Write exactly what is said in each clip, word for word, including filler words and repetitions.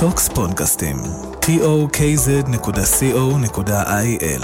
טוקס פודקאסטים טי או קיי זד נקודה סי או נקודה איי אל.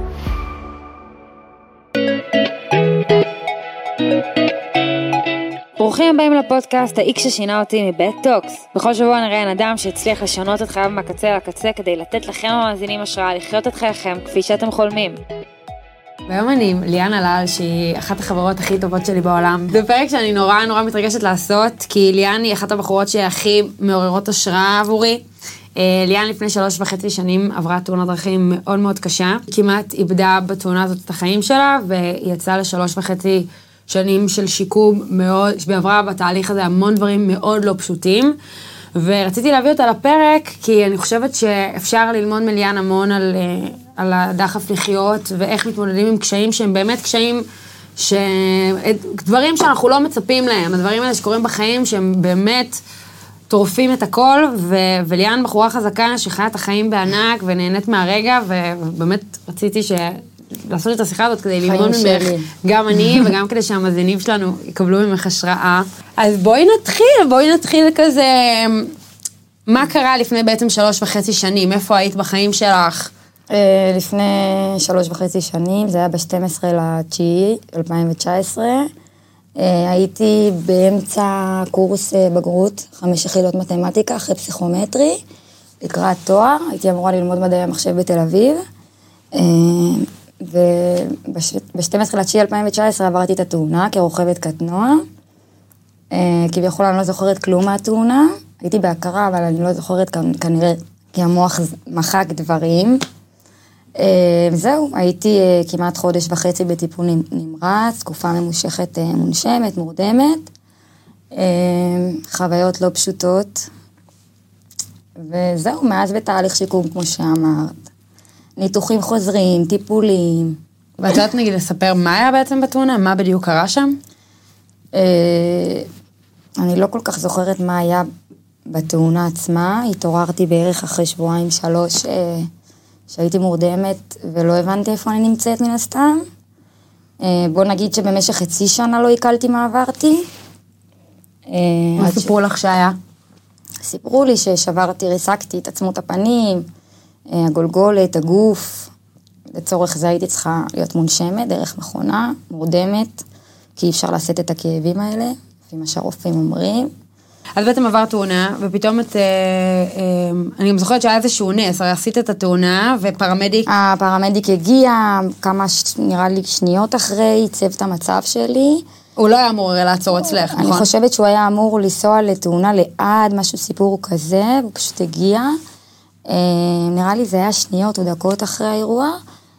ברוכים הבאים לפודקאסט האיק ששינה אותי מבית טוקס. בכל שבוע נראה אין אדם שהצליח לשנות את חייו מהקצה לקצה כדי לתת לכם המאזינים השראה לחיות את חייכם כפי שאתם חולמים. והיום אני עם ליאן הלל, שהיא אחת החברות הכי טובות שלי בעולם. זה פרק שאני נורא נורא מתרגשת לעשות, כי ליאן היא אחת הבחורות שהכי מעוררות השראה עבורי. ליאן לפני שלוש וחצי שנים עברה תאונת דרכים מאוד מאוד קשה, כמעט איבדה בתאונה הזאת את החיים שלה, והיא יצאה לשלוש וחצי שנים של שיקום מאוד, ועברה בתהליך הזה המון דברים מאוד לא פשוטים, ורציתי להביא אותה לפרק, כי אני חושבת שאפשר ללמוד מליאן המון על, על הדחף לחיות, ואיך מתמודדים עם קשיים שהם באמת קשיים, ש... דברים שאנחנו לא מצפים להם, הדברים האלה שקורים בחיים שהם באמת טורפים את הכל, ו... וליאן בחורה חזקה שחיה את החיים בענק ונהנית מהרגע, ובאמת רציתי ש... לעשות את השיחה הזאת כדי ללמוד ממך, גם אני וגם כדי שהמאזינים שלנו יקבלו ממך השראה. אז בואי נתחיל, בואי נתחיל כזה, מה קרה לפני בעצם שלוש וחצי שנים? איפה היית בחיים שלך? לפני שלוש וחצי שנים, זה היה ב-שתים עשרה לתשיעי אלפיים תשע עשרה, הייתי באמצע קורס בגרות, חמש יחידות מתמטיקה, אחרי פסיכומטרי, לקראת תואר, הייתי אמורה ללמוד מדעי המחשב בתל אביב, וב-שתים עשרה לתשיעי אלפיים תשע עשרה עברתי את התאונה כרוכבת קטנוע, כביכול אני לא זוכרת כלום מהתאונה, הייתי בהכרה, אבל אני לא זוכרת כנראה, כי המוח מחק דברים. זהו, הייתי כמעט חודש וחצי בטיפול נמרץ, תקופה ממושכת מונשמת, מורדמת, חוויות לא פשוטות, וזהו, מאז בתהליך שיקום, כמו שאמרת. ניתוחים חוזרים, טיפולים. ואת יודעת נגיד לספר מה היה בעצם בתאונה? מה בדיוק קרה שם? אני לא כל כך זוכרת מה היה בתאונה עצמה. התעוררתי בערך אחרי שבועיים שלוש שהייתי מורדמת ולא הבנתי איפה אני נמצאת מן הסתם. בוא נגיד שבמשך חצי שנה לא עיכלתי מה עברתי. מה סיפרו לך שהיה? סיפרו לי ששברתי, ריסקתי את עצמות הפנים, הגולגולת, הגוף, לצורך זה הייתי צריכה להיות מונשמת, דרך מכונה, מורדמת, כי אי אפשר לשאת את הכאבים האלה, לפי מה שהרופאים אומרים. אז בעצם עבר תאונה, ופתאום את, אני גם זוכרת שהיה איזשהו נס, הרי עשית את התאונה, ופרמדיק... הפרמדיק הגיע, כמה, נראה לי, שניות אחרי, ייצב את המצב שלי. הוא לא היה אמור לעצור אצלך, נכון? אני חושבת שהוא היה אמור לנסוע לתאונה לעד, משהו סיפור כזה, הוא פשוט הגיע. נראה לי זה היה שניות או דקות אחרי האירוע,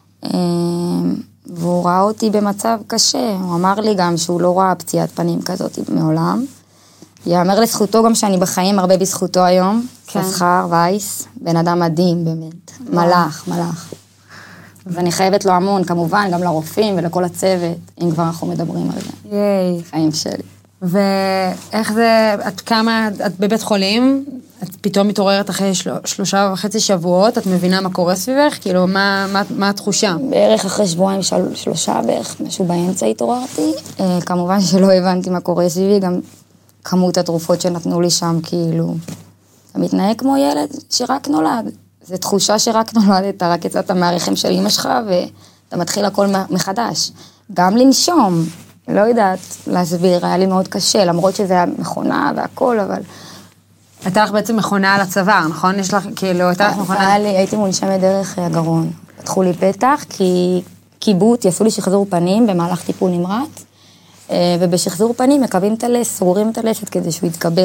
והוא ראה אותי במצב קשה. הוא אמר לי גם שהוא לא ראה פציעת פנים כזאת מעולם. יאמר לזכותו גם שאני בחיים הרבה בזכותו היום. שכר וייס, בן אדם מדהים באמת. מלאך, מלאך. ואני חייבת לו המון, כמובן, גם לרופאים ולכל הצוות, אם כבר אנחנו מדברים על זה. ייי. חיים שלי. ואיך זה, את כמה, את בבית חולים, את פתאום מתעוררת אחרי של, שלושה וחצי שבועות, את מבינה מה קורה סביבך? כאילו, מה, מה, מה התחושה? בערך אחרי שבועיים, של, שלושה בערך, משהו באמצע התעוררתי. אה, כמובן שלא הבנתי מה קורה סביבי, גם כמות התרופות שנתנו לי שם, כאילו, אתה מתנהג כמו ילד שרק נולד. זו תחושה שרק נולדת, רק יצאת מהרחם של אמא שלך, ואתה מתחיל הכל מחדש. גם לנשום, לא יודעת להסביר, היה לי מאוד קשה, למרות שזה היה מכונה והכל, אבל... הייתה לך בעצם מכונה על הצוואר, נכון? יש לך, כאילו, הייתה לך מכונה... לי, הייתי מונשמת דרך הגרון. פתחו לי פתח, כי קיבוט, יעשו לי שחזור פנים במהלך טיפול נמרץ, ובשחזור פנים מקבים את הלס, סגורים את הלסת כדי שהוא יתקבע.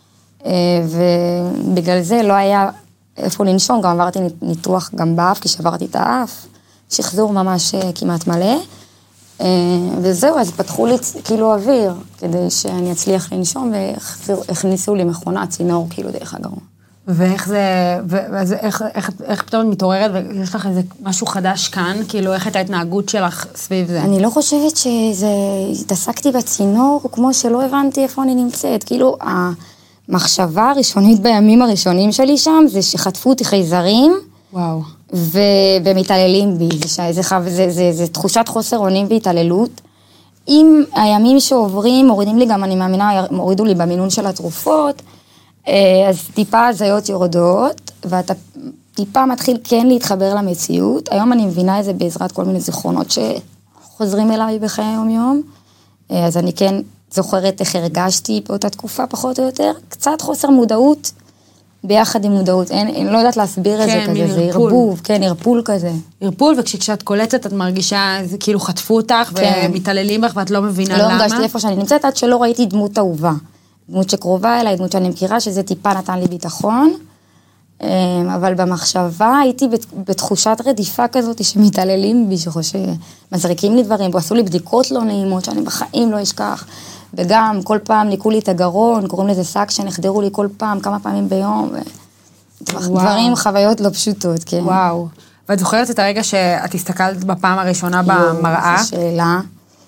ובגלל זה לא היה איפה לנשום, גם עברתי ניתוח גם באף, כי שברתי את האף, שחזור ממש כמעט מלא, וזהו, אז פתחו לי כאילו אוויר, כדי שאני אצליח לנשום, והכניסו לי מכונה, צינור, כאילו דרך הגרון. ואיך זה, ואז איך, איך, איך פתאום מתעוררת, ויש לך איזה משהו חדש כאן, כאילו איך הייתה ההתנהגות שלך סביב זה? אני לא חושבת שזה, התעסקתי בצינור, כמו שלא הבנתי איפה אני נמצאת, כאילו המחשבה הראשונית בימים הראשונים שלי שם, זה שחטפו אותי חייזרים, וואו. ומתעללים בי, זה, זה, זה, זה, זה תחושת חוסר אונים והתעללות. עם הימים שעוברים, מורידים לי גם, אני מאמינה, מורידו לי במינון של התרופות, אז טיפה הזיות יורדות, ואתה טיפה מתחיל כן להתחבר למציאות. היום אני מבינה את זה בעזרת כל מיני זיכרונות שחוזרים אליי בחיי היום-יום. אז אני כן זוכרת איך הרגשתי באותה תקופה פחות או יותר. קצת חוסר מודעות ביחד עם מודעות. אין, אני לא יודעת להסביר את זה כזה, זה ערבוב, כן, ערפול כזה. ערפול, וכשאת קולטת את מרגישה, זה כאילו חטפו אותך ומתעללים בך ואת לא מבינה למה. לא הרגשתי איפה שאני נמצאת עד שלא ראיתי דמות אהובה. דמות שקרובה אליי, דמות שאני מכירה, שזה טיפה נתן לי ביטחון. אבל במחשבה הייתי בתחושת רדיפה כזאת שמתעללים בי, שמזריקים לי דברים, ועשו לי בדיקות לא נעימות שאני בחיים לא אשכח. וגם כל פעם ניקו לי את הגרון, קוראים לזה סק שנחדרו לי כל פעם, כמה פעמים ביום. דברים, חוויות לא פשוטות, כן. וואו. ואת זוכרת את הרגע שאת הסתכלת בפעם הראשונה במראה? זו שאלה.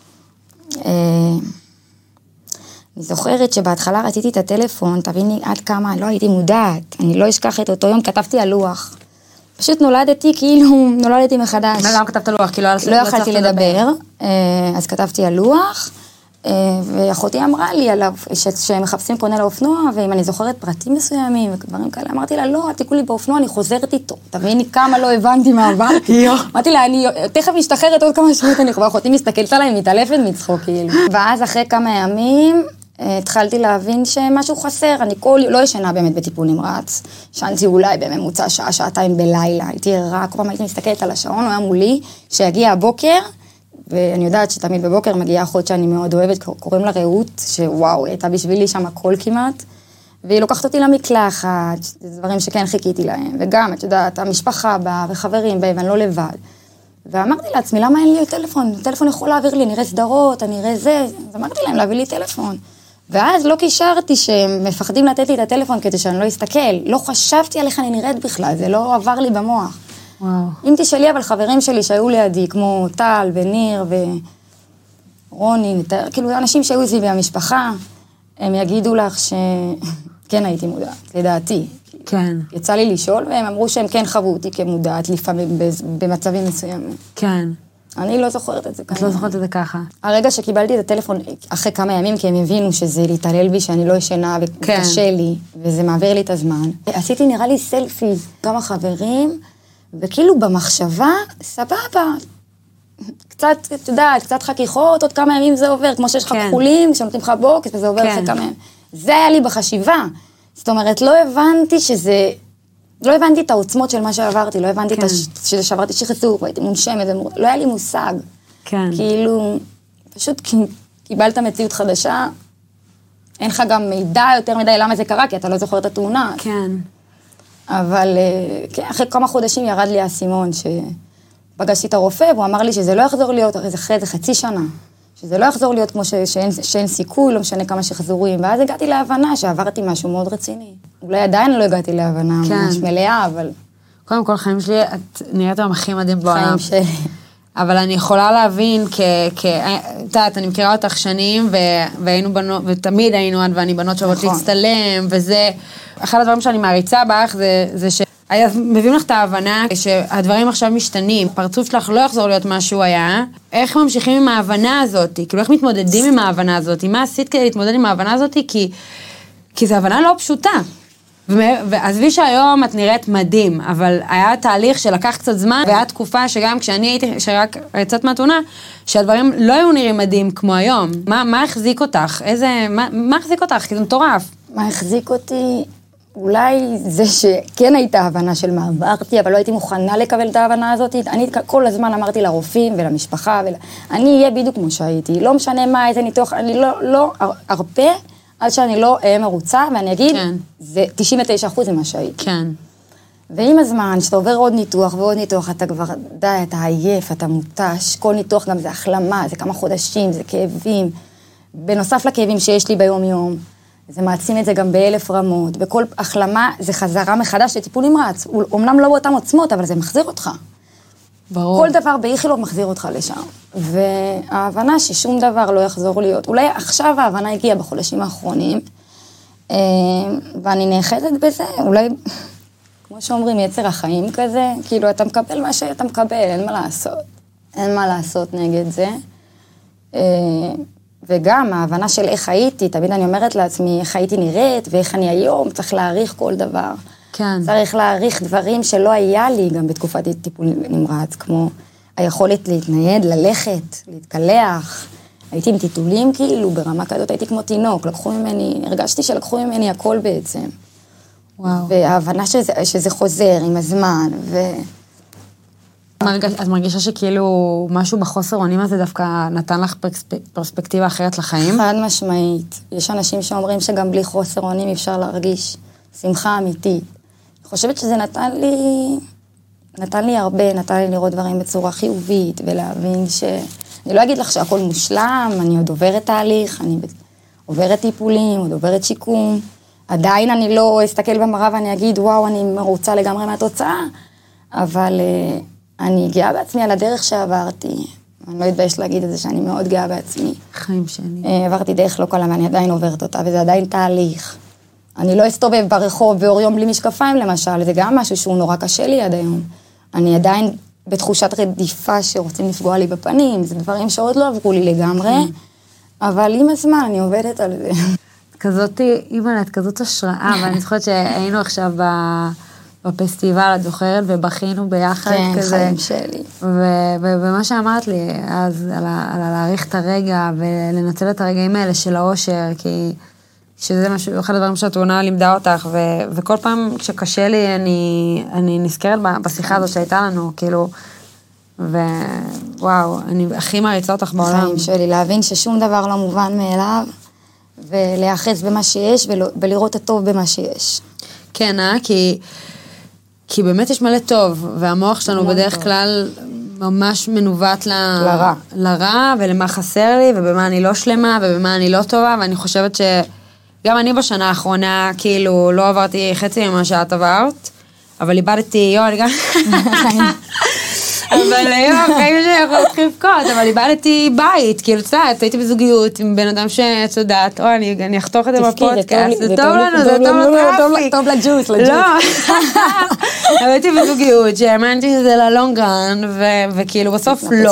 אני זוכרת שבהתחלה רציתי את הטלפון, תביני עד כמה, לא הייתי מודעת, אני לא אשכח את אותו יום, כתבתי על לוח. פשוט נולדתי כאילו, נולדתי מחדש. מה גם כתבת על לוח? כי לא יכלתי לדבר, אז כתבתי על לוח, ואחותי אמרה לי עליו, שמחפשים קונה לאופנוע, ואם אני זוכרת פרטים מסוימים ודברים כאלה, אמרתי לה, לא, תיקו לי באופנוע, אני חוזרת איתו. תביני כמה לא הבנתי מה עברתי. אמרתי לה, אני תכף משתחררת עוד כמה שעות, אני כבר אחותי מסתכלת עליי, מתעלפת מצחוק כאילו. ואז אחרי כמה ימים, התחלתי להבין שמשהו חסר, אני כל, לא ישנה באמת בטיפול נמרץ, שנתי אולי בממוצע שעה, שעתיים בלילה, הייתי ערה, כל פעם הייתי מסתכלת על השעון, הוא היה מולי, שהגיע הבוקר, ואני יודעת שתמיד בבוקר מגיעה אחות שאני מאוד אוהבת, קוראים לה רעות, שוואו, היא הייתה בשבילי שם הכל כמעט, והיא לוקחת אותי למקלחת, זה דברים שכן חיכיתי להם, וגם, את יודעת, המשפחה בה, וחברים בה, ואני לא לבד. ואמרתי לעצמי, למה אין לי טלפון? טלפון יכול להעביר לי, נראה סדרות, אני אראה זה, אז אמרתי להם להביא לי טלפון. ואז לא קישרתי שהם מפחדים לתת לי את הטלפון כדי שאני לא אסתכל, לא חשבתי על איך אני נראית בכלל, זה לא עבר לי במוח. וואו. אם תשאלי אבל חברים שלי שהיו לידי, כמו טל וניר ורוני, כאילו אנשים שהיו סביבי המשפחה, הם יגידו לך שכן הייתי מודעת, לדעתי. כן. יצא לי לשאול, והם אמרו שהם כן חוו אותי כמודעת, לפעמים במצבים מסוימים. כן. אני לא זוכרת את זה ככה. את לא זוכרת את זה ככה. הרגע שקיבלתי את הטלפון אחרי כמה ימים, כי הם הבינו שזה להתעלל בי, שאני לא ישנה וקשה לי, וזה מעביר לי את הזמן. עשיתי נראה לי סלפי, כמה חברים, וכאילו במחשבה, סבבה. קצת, אתה יודע, קצת חכיכות, עוד כמה ימים זה עובר, כמו שיש לך כחולים, כשנותנים לך בוקס, וזה עובר אחרי כמה ימים. זה היה לי בחשיבה. זאת אומרת, לא הבנתי שזה... לא הבנתי את העוצמות של מה שעברתי, לא הבנתי כן. שזה שעברתי שחזור, הייתי מונשמת, לא היה לי מושג. כן. כאילו, פשוט קיבלת מציאות חדשה, אין לך גם מידע יותר מדי למה זה קרה, כי אתה לא זוכר את התאונה. כן. אבל כן, אחרי כמה חודשים ירד לי האסימון, שפגשתי את הרופא, והוא אמר לי שזה לא יחזור להיות, אחרי איזה חצי שנה, שזה לא יחזור להיות כמו ש, שאין, שאין סיכוי, לא משנה כמה שחזורים, ואז הגעתי להבנה שעברתי משהו מאוד רציני. אולי עדיין לא הגעתי להבנה, כן. ממש מלאה, אבל... קודם כל, חיים שלי, את נראית היום הכי מדהים בעולם. חיים שלי. אבל אני יכולה להבין, כ... כ... תעת, אני מכירה אותך שנים, ו... והיינו בנות, ותמיד היינו עד ואני בנות שאוהבות נכון. להצטלם, וזה... אחד הדברים שאני מעריצה בך, זה, זה ש... מביאים לך את ההבנה שהדברים עכשיו משתנים, פרצוף שלך לא יחזור להיות מה שהוא היה, איך ממשיכים עם ההבנה הזאת, כאילו איך מתמודדים עם ההבנה הזאת, מה עשית כדי להתמודד עם ההבנה הזאת, כי, כי זו הבנה לא פשוטה. ועזבי שהיום את נראית מדהים, אבל היה תהליך שלקח קצת זמן, והיה תקופה שגם כשאני הייתי, שרק יצאת מהתאונה, שהדברים לא היו נראים מדהים כמו היום. מה, מה החזיק אותך? איזה, מה, מה החזיק אותך? כי זה מטורף. מה החזיק אותי? אולי זה שכן הייתה הבנה של מה עברתי, אבל לא הייתי מוכנה לקבל את ההבנה הזאת. אני כל הזמן אמרתי לרופאים ולמשפחה, ול... אני אהיה בדיוק כמו שהייתי. לא משנה מה, איזה ניתוח, אני לא, לא ארפה עד שאני לא אהיה מרוצה, ואני אגיד, כן. זה תשעים ותשעה אחוז ממה שהייתי. כן. ועם הזמן, שאתה עובר עוד ניתוח ועוד ניתוח, אתה כבר, די, אתה עייף, אתה מותש, כל ניתוח גם זה החלמה, זה כמה חודשים, זה כאבים. בנוסף לכאבים שיש לי ביום יום, זה מעצים את זה גם באלף רמות, בכל החלמה זה חזרה מחדש לטיפול נמרץ, אומנם לא באותם עוצמות, אבל זה מחזיר אותך. ברור. כל דבר באיכילוב מחזיר אותך לשם. וההבנה ששום דבר לא יחזור להיות, אולי עכשיו ההבנה הגיעה בחודשים האחרונים, ואני נאחזת בזה, אולי, כמו שאומרים, יצר החיים כזה, כאילו אתה מקבל מה שאתה מקבל, אין מה לעשות. אין מה לעשות נגד זה. וגם ההבנה של איך הייתי, תמיד אני אומרת לעצמי, איך הייתי נראית, ואיך אני היום, צריך להעריך כל דבר. כן. צריך להעריך דברים שלא היה לי גם בתקופת טיפול נמרץ, כמו היכולת להתנייד, ללכת, להתקלח. הייתי עם טיטולים כאילו, ברמה כזאת, הייתי כמו תינוק, לקחו ממני, הרגשתי שלקחו ממני הכל בעצם. וואו. וההבנה שזה, שזה חוזר עם הזמן, ו... את מרגישה שכאילו משהו בחוסר אונים הזה דווקא נתן לך פרספקטיבה אחרת לחיים? חד משמעית. יש אנשים שאומרים שגם בלי חוסר אונים אפשר להרגיש שמחה אמיתית. אני חושבת שזה נתן לי, נתן לי הרבה, נתן לי לראות דברים בצורה חיובית, ולהבין ש... אני לא אגיד לך שהכל מושלם, אני עוד עוברת תהליך, אני עוברת טיפולים, עוד עוברת שיקום. עדיין אני לא אסתכל במראה ואני אגיד, וואו, אני מרוצה לגמרי מהתוצאה, אבל uh, אני גאה בעצמי על הדרך שעברתי. אני לא אתבייש להגיד את זה שאני מאוד גאה בעצמי. חיים שני. Uh, עברתי דרך לא קלה ואני עדיין עוברת אותה, וזה עדיין תהליך. אני לא אסתובב ברחוב באור יום בלי משקפיים למשל, זה גם משהו שהוא נורא קשה לי עד היום. אני עדיין בתחושת רדיפה שרוצים לפגוע לי בפנים, זה דברים שעוד לא עברו לי לגמרי, אבל עם הזמן אני עובדת על זה. כזאת, אימא, את כזאת השראה, ואני זוכרת שהיינו עכשיו בפסטיבל, את זוכרת, ובכינו ביחד כזה. כן, חיים שלי. ומה שאמרת לי, אז על להעריך את הרגע, ולנצל את הרגעים האלה של האושר, כי שזה משהו, אחד הדברים שהתאונה לימדה אותך, וכל פעם שקשה לי, אני נזכרת בשיחה הזאת שהייתה לנו, כאילו, ווואו, אני הכי מעריצה אותך בעולם. חיים שלי, להבין ששום דבר לא מובן מאליו, ולהיאחז במה שיש, ולראות הטוב במה שיש. כן, אה? כי, כי באמת יש מלא טוב, והמוח שלנו בדרך טוב. כלל ממש מנווט ל... לרע. לרע, ולמה חסר לי, ובמה אני לא שלמה, ובמה אני לא טובה, ואני חושבת שגם אני בשנה האחרונה, כאילו, לא עברתי חצי ממה שאת עברת, אבל איבדתי, יו, אני גם... אבל היום, חיים שיכול להתחיל לבכות, אבל איבדתי בית, כאילו, צעת, הייתי בזוגיות עם בן אדם שאת יודעת, או, אני אחתוך את זה בפודקאסט, זה טוב לנו, זה טוב לטראפיק. טוב לג'וס, לג'וס. לא, אבל הייתי בזוגיות, שהאמנתי שזה ללונגרן, וכאילו, בסוף לא.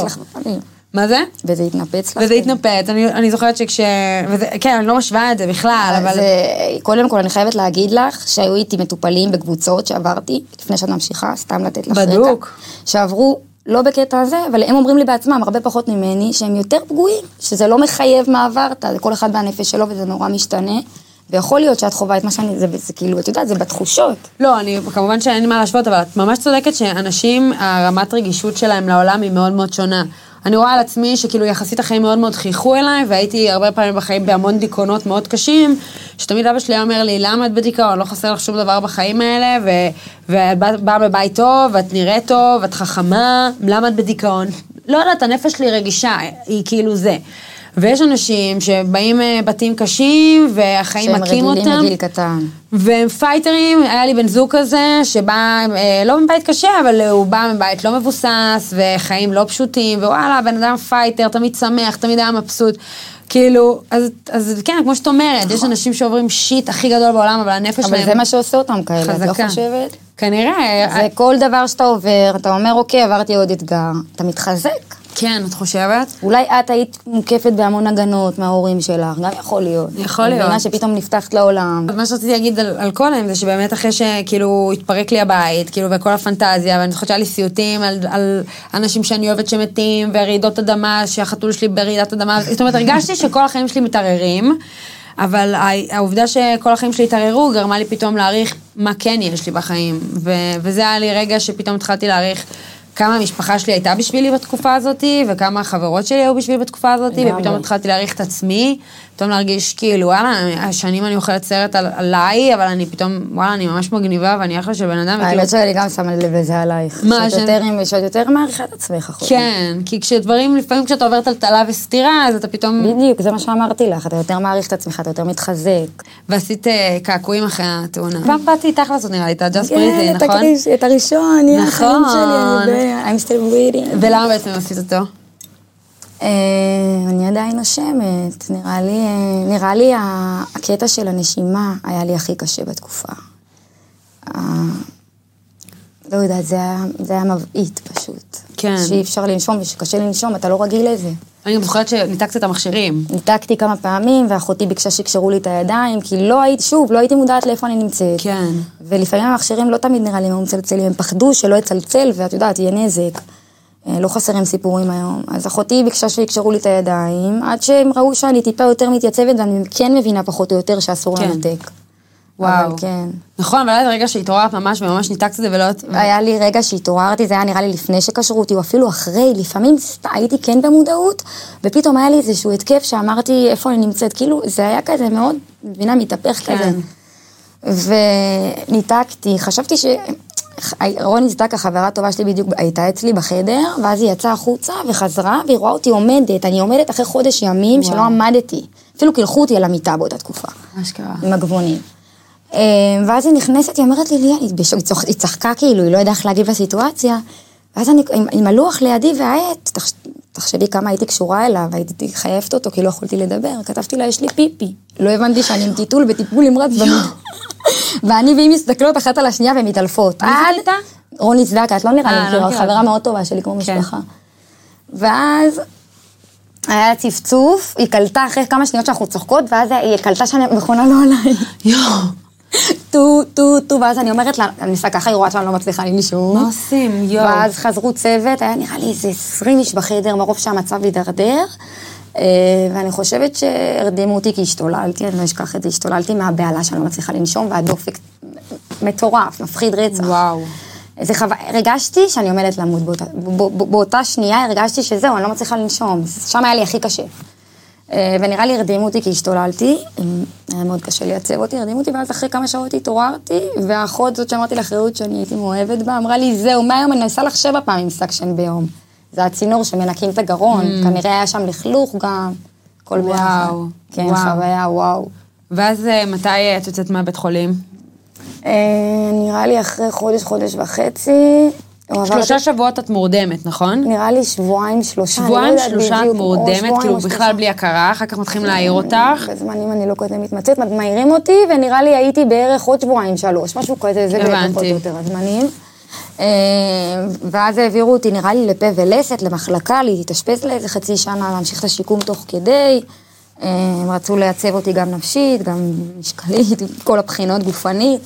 מה זה? וזה התנפץ לך. וזה התנפץ, אני זוכרת שכש... כן, אני לא משווה את זה בכלל, אבל... קודם כל, אני חייבת להגיד לך שהיו איתי מטופלים בקבוצות שעברתי, לפני שאת ממשיכה, סתם לתת לך רקע. בדוק. שעברו לא בקטע הזה, אבל הם אומרים לי בעצמם, הרבה פחות ממני, שהם יותר פגועים, שזה לא מחייב מה עברת, זה כל אחד מהנפש שלו, וזה נורא משתנה. ויכול להיות שאת חובה את מה שאני, זה, זה כאילו, את יודעת, זה בתחושות. לא, אני, כמובן שאין לי מה להשוות, אבל את ממש צודקת שאנשים, הרמת רגישות שלהם לעולם היא מאוד מאוד שונה. אני רואה על עצמי שכאילו יחסית החיים מאוד מאוד חייכו אליי, והייתי הרבה פעמים בחיים בהמון דיכאונות מאוד קשים, שתמיד אבא שלי אומר לי, למה את בדיכאון? לא חסר לך שום דבר בחיים האלה, ו, ואת באה בבית טוב, ואת נראית טוב, ואת חכמה, למה את בדיכאון? לא יודעת, הנפש שלי רגישה, היא כאילו זה. ויש אנשים שבאים בתים קשים, והחיים מכים אותם. שהם רגילים מגיל קטן. והם פייטרים, היה לי בן זוג כזה, שבא, לא מבית קשה, אבל הוא בא מבית לא מבוסס, וחיים לא פשוטים, ווואלה, בן אדם פייטר, תמיד שמח, תמיד היה מבסוט. כאילו, אז, אז כן, כמו שאת אומרת, יש אנשים שעוברים שיט הכי גדול בעולם, אבל הנפש שלהם... אבל זה מה שעושה אותם כאלה, את לא חושבת? כנראה. זה כל דבר שאתה עובר, אתה אומר, אוקיי, עברתי עוד אתגר, אתה מתחזק. כן, את חושבת? אולי את היית מוקפת בהמון הגנות מההורים שלך, גם יכול להיות. יכול להיות. מבינה שפתאום נפתחת לעולם. מה שרציתי להגיד על, על כל הם, זה שבאמת אחרי שכאילו התפרק לי הבית, כאילו, וכל הפנטזיה, ואני זוכרת שהיה לי סיוטים על, על אנשים שאני אוהבת שמתים, ורעידות אדמה, שהחתול שלי ברעידת אדמה, זאת אומרת, הרגשתי שכל החיים שלי מתערערים, אבל העובדה שכל החיים שלי התערערו, גרמה לי פתאום להעריך מה כן יש לי בחיים, ו, וזה היה לי רגע שפתאום התחלתי להעריך כמה המשפחה שלי הייתה בשבילי בתקופה הזאת, וכמה החברות שלי היו בשבילי בתקופה הזאת, ופתאום התחלתי להעריך את עצמי, פתאום להרגיש כאילו, וואלה, השנים אני אוכלת סרט על, עליי, אבל אני פתאום, וואלה, אני ממש מגניבה, ואני אחלה של בן אדם. האמת שלי גם שמה לב לזה עלייך. מה? שאת יותר מעריכה את עצמך, אחותי. כן, כי כשדברים, לפעמים כשאתה עוברת טלטלה וסתירה, אז אתה פתאום... בדיוק, זה מה שאמרתי לך, אתה יותר מעריך את עצמך, אתה יותר מתחזק. ועשית קעקועים אחרי התאונה. פעם באתי איתך לעשות, נראה לי, את הג'אסט בריזי, נכון? את הראשון, יהיה החיים שלי, I'm still waiting. ולמה בעצם עשית אותו? אני עדיין נושמת, נראה לי, נראה לי הקטע של הנשימה היה לי הכי קשה בתקופה. לא יודעת, זה היה מבעית פשוט. כן. שאי אפשר לנשום ושקשה לנשום, אתה לא רגיל לזה. אני גם זוכרת שניתקת את המכשירים. ניתקתי כמה פעמים, ואחותי ביקשה שיקשרו לי את הידיים, כי לא הייתי, שוב, לא הייתי מודעת לאיפה אני נמצאת. כן. ולפעמים המכשירים לא תמיד נראה לי מאוד מצלצלים, הם פחדו שלא יצלצל, ואת יודעת, יהיה נזק. לא חסרים סיפורים היום. אז אחותי ביקשה שיקשרו לי את הידיים, עד שהם ראו שאני טיפה יותר מתייצבת, ואני כן מבינה פחות או יותר שאסור לנתק. וואו. כן. נכון, אבל היה רגע שהתעוררת ממש, וממש ניתקת את זה ולא... היה לי רגע שהתעוררתי, זה היה נראה לי לפני שקשרו אותי, או אפילו אחרי, לפעמים הייתי כן במודעות, ופתאום היה לי איזשהו התקף שאמרתי איפה אני נמצאת, כאילו זה היה כזה מאוד, מבינה, מתהפך כזה. וניתקתי, חשבתי ש... רוני זדקה, החברה הטובה שלי בדיוק, הייתה אצלי בחדר, ואז היא יצאה החוצה וחזרה, והיא רואה אותי עומדת, אני עומדת אחרי חודש ימים שלא עמדתי, אפילו קלחו אותי על המיטה באותה תקופה. מה שקרה? עם הגבונים. ואז היא נכנסת, היא אומרת לי, ליאן, היא צחקה כאילו, היא לא ידעה איך להגיב לסיטואציה, ואז אני, עם הלוח לידי והעט, תחשבי כמה הייתי קשורה אליו, הייתי חייבת אותו, כי לא יכולתי לדבר, כתבתי לה, יש לי פיפי, לא הבנתי שאני עם טיטול בטיפול נמרץ במידה. ואני והיא מסתכלות אחת על השנייה ומתעלפות. מי זה הייתה? רוני צדקה, את לא נראה לי, חברה מאוד טובה שלי כמו משפחה. ואז היה צפצוף, היא קלטה אחרי כמה שניות שאנחנו צוחקות, ואז היא קלטה שאני מכונה לא עליי. יואו. טו, טו, טו, ואז אני אומרת לה, אני עושה ככה, היא רואה שאני לא מצליחה לנשום. מה עושים? יואו. ואז חזרו צוות, היה נראה לי איזה עשרים איש בחדר, מרוב שהמצב הידרדר, ואני חושבת שהרדימו אותי כי השתוללתי, אני לא אשכח את זה, השתוללתי מהבעלה שאני לא מצליחה לנשום, והדופק מטורף, מפחיד רצח. וואו. זה חו... הרגשתי שאני עומדת למות באותה, באותה שנייה, הרגשתי שזהו, אני לא מצליחה לנשום, שם היה לי הכי קשה. ונראה לי הרדימו אותי כי השתוללתי, היה מאוד קשה לייצב אותי, הרדימו אותי, ואז אחרי כמה שעות התעוררתי, והאחות זאת שאמרתי לאחריות שאני הייתי מאוהבת בה, אמרה לי, זהו, מהיום אני נסה לך שבע פעמים סקשן ביום. זה הצינור שמנקים את הגרון, כנראה היה שם לכלוך גם, כל ביחד. וואו. כן, חוויה, וואו. ואז מתי את יוצאת מהבית חולים? נראה לי אחרי חודש, חודש וחצי. שלושה שבועות את מורדמת, נכון? נראה לי שבועיים, שלושה. שבועיים, שלושה את מורדמת, כאילו בכלל בלי הכרה, אחר כך מתחילים להעיר אותך. בזמנים אני לא כזה מתמצאת, מעירים אותי, ונראה לי הייתי בערך עוד שבועיים, שלוש, משהו כזה, זה בערך עוד יותר הזמנים. ואז העבירו אותי, נראה לי לפה ולסת, למחלקה, להתאשפז לאיזה חצי שנה, להמשיך את השיקום תוך כדי. הם רצו לייצב אותי גם נפשית, גם משקלית, כל הבחינות גופנית.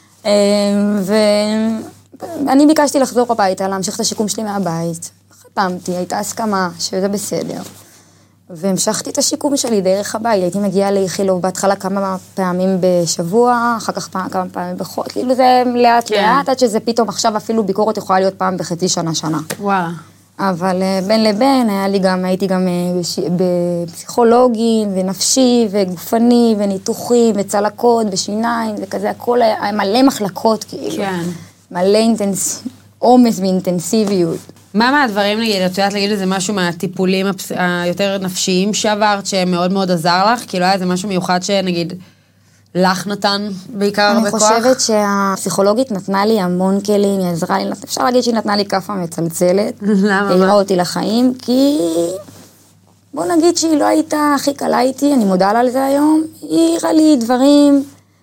ואני ביקשתי לחזור הביתה, להמשיך את השיקום שלי מהבית. חתמתי, הייתה הסכמה שזה בסדר. והמשכתי את השיקום שלי דרך הבית. הייתי מגיעה לאיכילוב בהתחלה כמה פעמים בשבוע, אחר כך פעם, כמה פעמים בחודש. כאילו זה לאט לאט, עד שזה פתאום עכשיו אפילו ביקורת יכולה להיות פעם בחצי שנה, שנה. וואלה. אבל בין לבין, היה לי גם, הייתי גם בפסיכולוגים, ונפשי, וגופני, וניתוחים, וצלקות, ושיניים, וכזה, הכל היה מלא מחלקות, כאילו. כן. מלא אינטנס... עומס ואינטנסיביות. מה מהדברים, נגיד, את יודעת להגיד איזה משהו מהטיפולים היותר נפשיים שעברת, שמאוד מאוד עזר לך? כאילו היה איזה משהו מיוחד שנגיד, לך נתן בעיקר הרבה כוח? אני חושבת שהפסיכולוגית נתנה לי המון כלים, היא עזרה לי, אפשר להגיד שהיא נתנה לי כפה מצלצלת. למה? היא העירה אותי לחיים, כי בוא נגיד שהיא לא הייתה הכי קלה איתי, אני מודה לה על זה היום, היא העירה לי דברים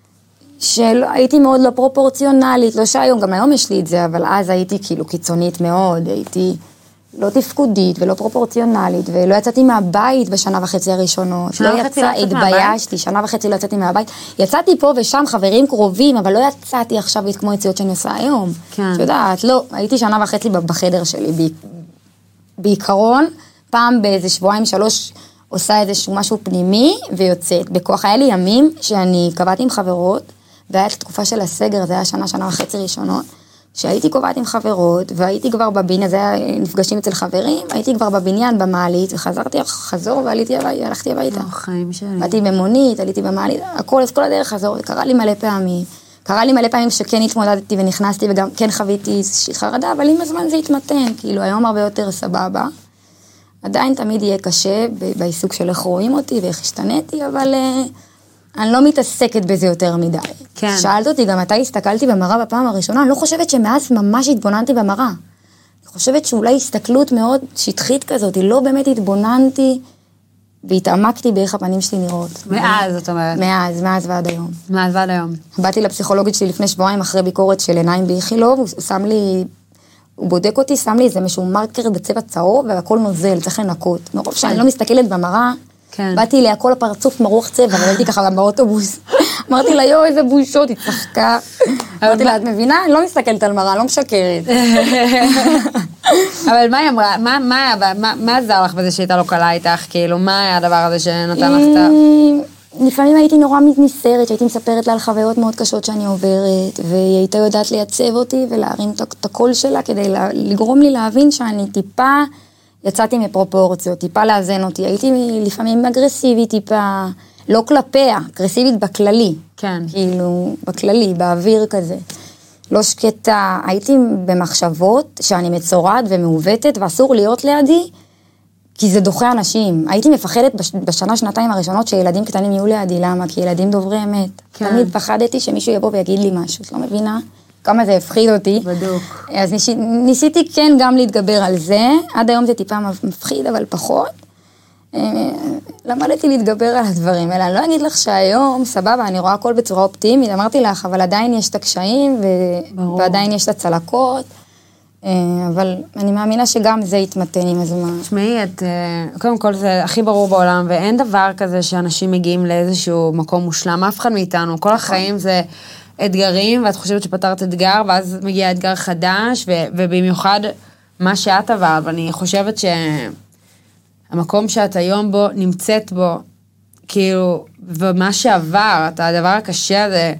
שהייתי מאוד לא פרופורציונלית, לא שהיום, גם היום יש לי את זה, אבל אז הייתי כאילו קיצונית מאוד, הייתי לא תפקודית ולא פרופורציונלית, ולא יצאתי מהבית בשנה וחצי הראשונות. שנה וחצי לא יצאת מהבית? התביישתי, שנה וחצי לא יצאתי מהבית. יצאתי פה ושם חברים קרובים, אבל לא יצאתי עכשיו כמו יציאות שאני עושה היום. כן. את יודעת, לא, הייתי שנה וחצי בחדר שלי, בעיקרון, פעם באיזה שבועיים, שלוש, עושה איזשהו משהו פנימי ויוצאת. בכוח היה לי ימים שאני קבעתי עם חברות, והיה את התקופה של הסגר, זה היה שנה, שנה וחצי ראשונות, שהייתי קובעת עם חברות, והייתי כבר בבניין, זה היה נפגשים אצל חברים, הייתי כבר בבניין, במעלית, וחזרתי חזור, ועליתי הביתה, הלכתי הביתה. החיים שלי. באתי במונית, עליתי במעלית, הכל, אז כל הדרך חזור, וקרה לי מלא פעמים. קרה לי מלא פעמים שכן התמודדתי ונכנסתי, וגם כן חוויתי איזושהי חרדה, אבל עם הזמן זה התמתן, כאילו היום הרבה יותר סבבה. עדיין תמיד יהיה קשה, בעיסוק של איך רואים אותי, ואיך השתניתי, אבל אני לא מתעסקת בזה יותר מדי. כן. שאלת אותי גם מתי הסתכלתי במראה בפעם הראשונה, אני לא חושבת שמאז ממש התבוננתי במראה. אני חושבת שאולי הסתכלות מאוד שטחית כזאת, לא באמת התבוננתי והתעמקתי באיך הפנים שלי נראות. מאז, זאת אומרת. מאז, מאז ועד היום. מאז ועד היום. באתי לפסיכולוגית שלי לפני שבועיים אחרי ביקורת של עיניים באיכילוב, הוא שם לי הוא בודק אותי, שם לי איזה משהו מרקר בצבע צהוב, והכל נוזל, צריך לנקות. מרוב שאני לא מסתכלת במראה, כן. באתי אליה כל הפרצוף מרוח צבע, וראיתי ככה גם באוטובוס. אמרתי לה, יו, איזה בושות, היא צחקה. אמרתי לה, את מבינה? אני לא מסתכלת על מראה, לא משקרת. אבל מה היא אמרה? מה, מה, מה, מה עזר לך בזה שהייתה לא קלה איתך? כאילו, מה היה הדבר הזה שנתן לך את ה... לפעמים הייתי נורא מתנסרת, שהייתי מספרת לה על חוויות מאוד קשות שאני עוברת, והיא הייתה יודעת לייצב אותי ולהרים את הקול שלה כדי לגרום לי להבין שאני טיפה יצאתי מפרופורציות, טיפה לאזן אותי. הייתי לפעמים אגרסיבית טיפה, לא כלפיה, אגרסיבית בכללי. כן. כאילו, בכללי, באוויר כזה. לא שקטה, הייתי במחשבות שאני מצורעת ומעוותת ואסור להיות לידי, כי זה דוחה אנשים. הייתי מפחדת בשנה, שנתיים הראשונות שילדים קטנים יהיו לידי, למה? כי ילדים דוברי אמת. כן. תמיד פחדתי שמישהו יבוא ויגיד לי משהו, את לא מבינה? כמה זה הפחיד אותי. בדיוק. אז ניס, ניסיתי כן גם להתגבר על זה, עד היום זה טיפה מפחיד, אבל פחות. למדתי להתגבר על הדברים האלה. אני לא אגיד לך שהיום, סבבה, אני רואה הכל בצורה אופטימית, אמרתי לך, אבל עדיין יש את הקשיים, ו... ועדיין יש את הצלקות. אבל אני מאמינה שגם זה יתמתן עם הזמן. תשמעי, את, קודם כל זה הכי ברור בעולם, ואין דבר כזה שאנשים מגיעים לאיזשהו מקום מושלם, אף אחד מאיתנו, כל החיים זה אתגרים, ואת חושבת שפתרת אתגר, ואז מגיע אתגר חדש, ו, ובמיוחד מה שאת עברת, ואני חושבת שהמקום שאת היום בו, נמצאת בו, כאילו, ומה שעברת, הדבר הקשה הזה,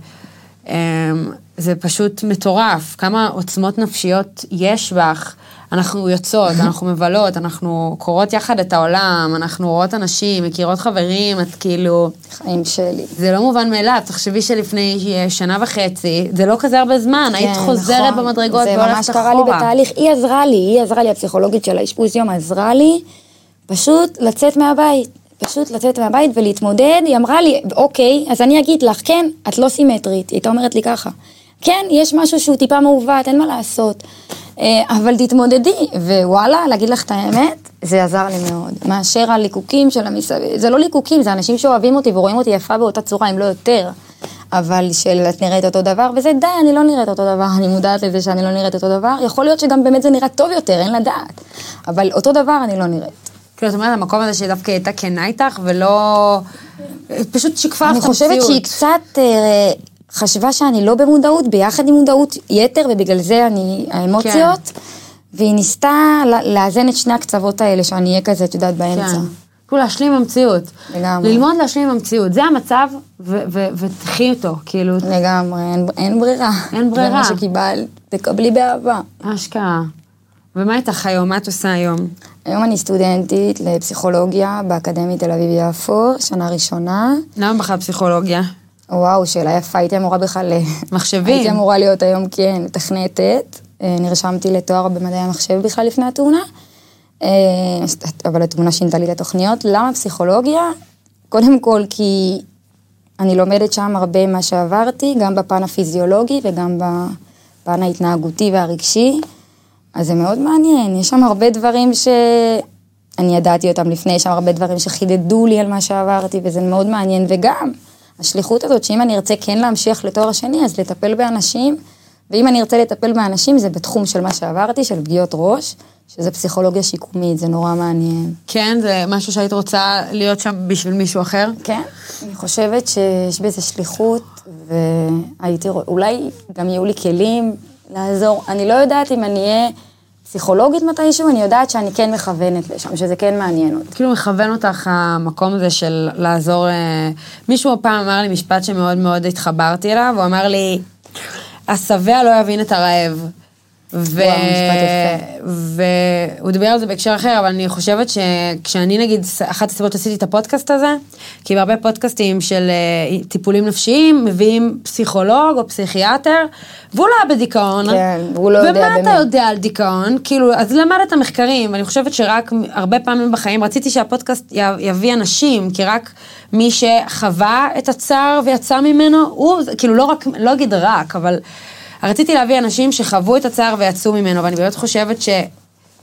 זה פשוט מטורף, כמה עוצמות נפשיות יש בך, אנחנו יוצאות, אנחנו מבלות, אנחנו קוראות יחד את העולם, אנחנו רואות אנשים, מכירות חברים, את כאילו... חיים שלי. זה לא מובן מאליו, תחשבי שלפני שנה וחצי, זה לא כזה הרבה זמן, כן, היית חוזרת נכון. במדרגות והולכת אחורה. זה ממש קרה לי בתהליך, היא עזרה לי, היא עזרה לי, הפסיכולוגית של האשפוז יום עזרה לי, פשוט לצאת מהבית. פשוט לצאת מהבית ולהתמודד, היא אמרה לי, אוקיי, אז אני אגיד לך, כן, את לא סימטרית, היא הייתה אומרת לי ככה, כן, יש משהו שהוא טיפה מעוות, אין מה לעשות, אבל תתמודדי, ווואלה, להגיד לך את האמת, זה עזר לי מאוד, מאשר הליקוקים של המסביב, זה לא ליקוקים, זה אנשים שאוהבים אותי ורואים אותי יפה באותה צורה, אם לא יותר, אבל שאת נראית אותו דבר, וזה די, אני לא נראית אותו דבר, אני מודעת לזה שאני לא נראית אותו דבר, יכול להיות שגם באמת זה נראה טוב יותר, אין לדעת, אבל אותו דבר אני לא נראית. כאילו, זאת אומרת, המקום הזה שדווקא הייתה כנה איתך, ולא... פשוט שיקפה לך את המציאות. אני חושבת שהיא קצת חשבה שאני לא במודעות, ביחד עם מודעות יתר, ובגלל זה אני, האמוציות, והיא ניסתה לאזן את שני הקצוות האלה, שאני אהיה כזה, את יודעת, באמצע. כאילו, להשלים המציאות. לגמרי. ללמוד להשלים המציאות. זה המצב, ותחי אותו, כאילו... לגמרי, אין ברירה. אין ברירה. זה מה שקיבל, תקבלי באהבה. השקעה. ומה איתך היום? מה את עושה היום? היום אני סטודנטית לפסיכולוגיה באקדמית תל אביב יפו, שנה ראשונה. למה בכלל פסיכולוגיה? וואו, שאלה יפה, הייתי אמורה בכלל... מחשבים. הייתי אמורה להיות היום, כן, מתכנתת. נרשמתי לתואר במדעי המחשב בכלל לפני התאונה, אבל התאונה שינתה לי את התוכניות. למה פסיכולוגיה? קודם כל כי אני לומדת שם הרבה מה שעברתי, גם בפן הפיזיולוגי וגם בפן ההתנהגותי והרגשי. אז זה מאוד מעניין, יש שם הרבה דברים שאני ידעתי אותם לפני, יש שם הרבה דברים שחידדו לי על מה שעברתי, וזה מאוד מעניין, וגם השליחות הזאת, שאם אני ארצה כן להמשיך לתואר השני, אז לטפל באנשים, ואם אני ארצה לטפל באנשים, זה בתחום של מה שעברתי, של פגיעות ראש, שזה פסיכולוגיה שיקומית, זה נורא מעניין. כן, זה משהו שהיית רוצה להיות שם בשביל מישהו אחר? כן, אני חושבת שיש בזה שליחות, והייתי, אולי גם יהיו לי כלים, לעזור. אני לא יודעת אם אני אהיה פסיכולוגית מתישהו, אני יודעת שאני כן מכוונת לשם, שזה כן מעניין אותי. כאילו מכוון אותך המקום הזה של לעזור, מישהו פעם אמר לי משפט שמאוד מאוד התחברתי אליו, הוא אמר לי, השבע לא יבין את הרעב. והוא דיבר על זה בהקשר אחר, אבל אני חושבת שכשאני נגיד, אחת הסיבות עשיתי את הפודקאסט הזה, כי בהרבה פודקאסטים של טיפולים נפשיים, מביאים פסיכולוג או פסיכיאטר, והוא לא היה בדיכאון. כן, והוא לא יודע ומה אתה יודע על דיכאון? כאילו, אז למדת המחקרים, ואני חושבת שרק הרבה פעמים בחיים, רציתי שהפודקאסט יביא אנשים, כי רק מי שחווה את הצער ויצא ממנו, הוא, כאילו לא רק, לא אגיד רק, אבל... רציתי להביא אנשים שחוו את הצער ויצאו ממנו, ואני באמת חושבת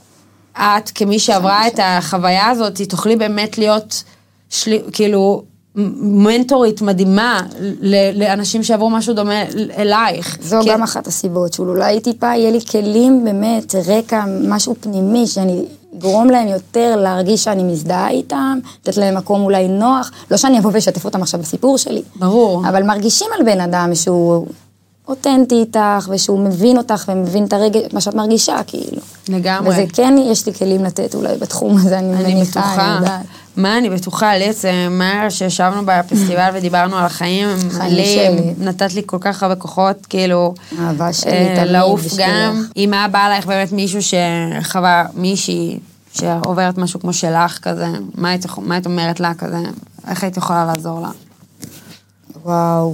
שאת, כמי שעברה את החוויה הזאת, תוכלי באמת להיות, של... כאילו, מנטורית מדהימה לאנשים שעברו משהו דומה אלייך. זו גם אחת הסיבות, שאולי טיפה יהיה לי כלים באמת, רקע, משהו פנימי, שאני אגרום להם יותר להרגיש שאני מזדהה איתם, לתת להם מקום אולי נוח, לא שאני אבוא ושתף אותם עכשיו בסיפור שלי. ברור. אבל מרגישים על בן אדם שהוא אותנטי איתך, ושהוא מבין אותך ומבין את הרגע, מה שאת מרגישה, כאילו. לגמרי. וזה כן, יש לי כלים לתת אולי בתחום הזה, אני מניחה, אני בטוחה. מה אני בטוחה, ליץ, מהר שישבנו בפסטיבל ודיברנו על החיים, לי, נתת לי כל כך הרבה כוחות, כאילו, אהבה שלי, תמיד, לעוף גם. אם היה בא עלייך באמת מישהו שחווה, מישהי שעוברת משהו כמו שלך כזה, מה היית, מה היית אומרת לה כזה? איך היית יכולה לעזור לה? וואו.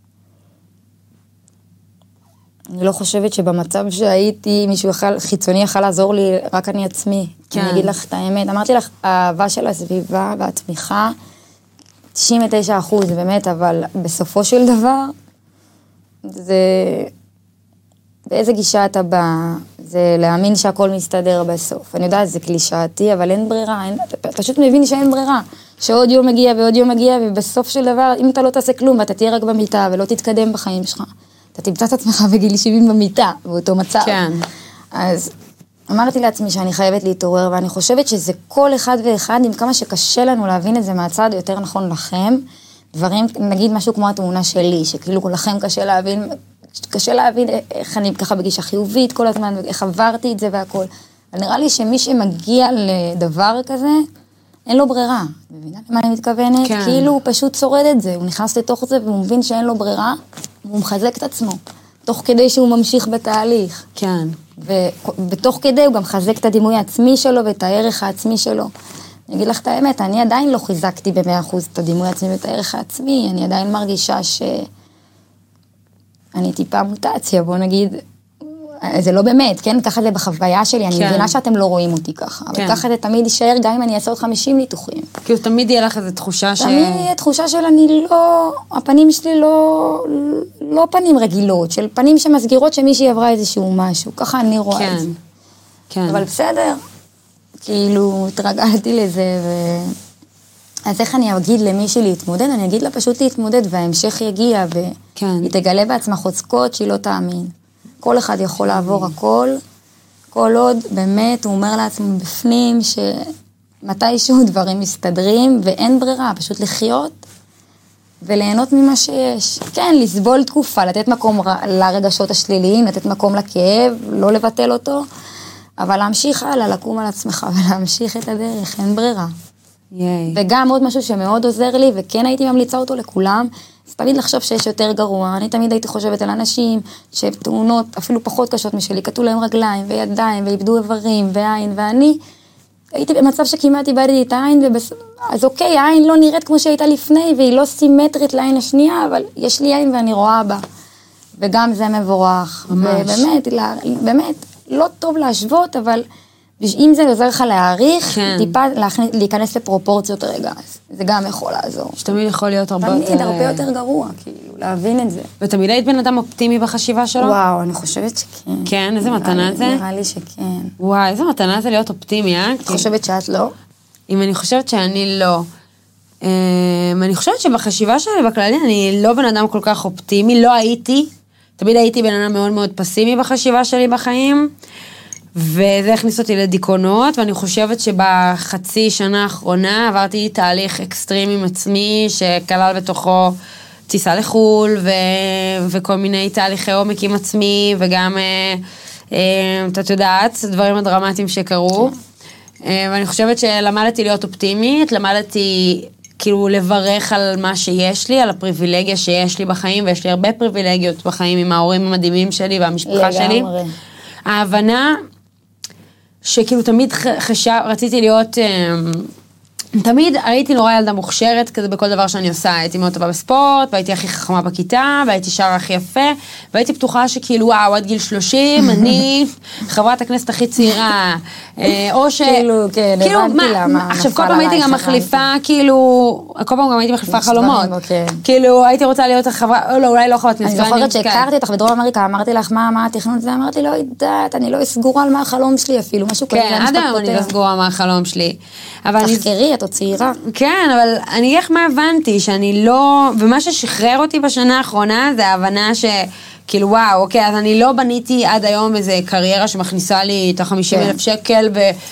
אני לא חושבת שבמצב שהייתי, מישהו יכל, חיצוני יכל לעזור לי, רק אני עצמי. כן. אני אגיד לך את האמת. אמרתי לך, האהבה של הסביבה והתמיכה, תשעים ותשעה אחוז באמת, אבל בסופו של דבר, זה... באיזה גישה אתה בא, זה להאמין שהכל מסתדר בסוף. אני יודעת, זה קלישאתי, אבל אין ברירה, אין, אתה פשוט מבין שאין ברירה. שעוד יום מגיע ועוד יום מגיע, ובסוף של דבר, אם אתה לא תעשה כלום, ואתה תהיה רק במיטה ולא תתקדם בחיים שלך, אתה תמצא את עצמך בגיל שבעים במיטה, באותו מצב. כן. אז אמרתי לעצמי שאני חייבת להתעורר, ואני חושבת שזה כל אחד ואחד, עם כמה שקשה לנו להבין את זה מהצד, יותר נכון לכם, דברים, נגיד משהו כמו התאונה שלי, שכאילו לכם קשה להבין, קשה להבין איך אני ככה בגישה חיובית כל הזמן, איך עברתי את זה והכל. אבל נראה לי שמי שמגיע לדבר כזה, אין לו ברירה. מבינה למה אני מתכוונת? כן. כאילו הוא פשוט שורד את זה, הוא נכנס לתוך זה והוא מבין שאין לו ברירה, והוא מחזק את עצמו, תוך כדי שהוא ממשיך בתהליך. כן. ובתוך כדי הוא גם חזק את הדימוי העצמי שלו ואת הערך העצמי שלו. אני אגיד לך את האמת, אני עדיין לא חיזקתי ב-מאה אחוז את הדימוי העצמי ואת הערך העצמי, אני עדיין מרגישה ש... אני טיפה מוטציה, בוא נגיד, זה לא באמת, כן? ככה זה בחוויה שלי, אני מבינה שאתם לא רואים אותי ככה, אבל ככה זה תמיד יישאר, גם אם אני אעשה עוד חמישים ניתוחים. כאילו תמיד יהיה לך איזו תחושה ש... תמיד יהיה תחושה של אני לא, הפנים שלי לא, לא פנים רגילות, של פנים שמסגירות שמישהי עברה איזשהו משהו, ככה אני רואה את זה. כן. אבל בסדר, כאילו, התרגלתי לזה, ו... אז איך אני אגיד למישהי להתמודד? אני אגיד לה פשוט להתמודד, וההמשך יגיע, והיא תגלה בעצמה חוזקות שהיא לא תאמין. כל אחד יכול לעבור הכל, כל עוד באמת הוא אומר לעצמו בפנים שמתישהו דברים מסתדרים, ואין ברירה, פשוט לחיות וליהנות ממה שיש. כן, לסבול תקופה, לתת מקום לרגשות השליליים, לתת מקום לכאב, לא לבטל אותו, אבל להמשיך הלאה, לקום על עצמך ולהמשיך את הדרך, אין ברירה. ייי. וגם עוד משהו שמאוד עוזר לי, וכן הייתי ממליצה אותו לכולם, אז תמיד לחשוב שיש יותר גרוע. אני תמיד הייתי חושבת על אנשים שתאונות אפילו פחות קשות משלי, קטעו להם רגליים וידיים, ואיבדו איברים ועין, ואני הייתי במצב שכמעט איבדתי את העין, ובס... אז אוקיי, העין לא נראית כמו שהייתה לפני, והיא לא סימטרית לעין השנייה, אבל יש לי עין ואני רואה בה. וגם זה מבורך. ממש. ובאמת, באמת, לא טוב להשוות, אבל... אם זה עוזר לך להעריך, כן. טיפה להכניס, להיכנס לפרופורציות רגע, זה גם יכול לעזור. שתמיד יכול להיות הרבה יותר... תמיד הרבה יותר גרוע, כאילו, להבין את זה. ותמיד היית בן אדם אופטימי בחשיבה שלו? וואו, אני חושבת שכן. כן, איזה מתנה זה? נראה לי שכן. וואי, איזה מתנה זה להיות אופטימי, אה? את חושבת שאת לא? אם אני חושבת שאני לא. אני חושבת שבחשיבה שלי בכללי, אני לא בן אדם כל כך אופטימי, לא הייתי. תמיד הייתי בן אדם מאוד מאוד פסימי בחשיבה שלי בחיים. וזה הכניס אותי לדיכאונות, ואני חושבת שבחצי שנה האחרונה עברתי תהליך אקסטרים עם עצמי, שכלל בתוכו טיסה לחול, ו... וכל מיני תהליכי עומק עם עצמי, וגם, אה, אה, את יודעת, דברים הדרמטיים שקרו. אה, ואני חושבת שלמדתי להיות אופטימית, למדתי כאילו לברך על מה שיש לי, על הפריבילגיה שיש לי בחיים, ויש לי הרבה פריבילגיות בחיים עם ההורים המדהימים שלי והמשפחה שלי. ההבנה שכאילו תמיד חשב, רציתי להיות, תמיד הייתי נורא ילדה מוכשרת כזה בכל דבר שאני עושה, הייתי מאוד טובה בספורט, והייתי הכי חכמה בכיתה, והייתי שרה הכי יפה, והייתי פתוחה שכאילו וואו, עד גיל שלושים, אני חברת הכנסת הכי צעירה, או ש... כאילו, כן, הבנתי למה. עכשיו כל פעם הייתי גם מחליפה, כאילו, כל פעם גם הייתי מחליפה חלומות. כאילו, הייתי רוצה להיות החברה, לא, אולי לא חברת כנסת. אני זוכרת שהכרתי אותך בדרום אמריקה, אמרתי לך, מה התכנון זה? אמרתי, לא יודעת, אני לא אסגורה על מה החלום שלי אפילו, משהו כזה. כן, עד היום אני לא סגורה מה החלום שלי. תחקרי, את עוד צעירה. כן, אבל אני אגיד לך מה הבנתי, שאני לא, ומה ששחרר אותי בשנה האחרונה, זה ההבנה ש... כאילו וואו, אוקיי, אז אני לא בניתי עד היום איזה קריירה שמכניסה לי את ה-חמישים אלף שקל,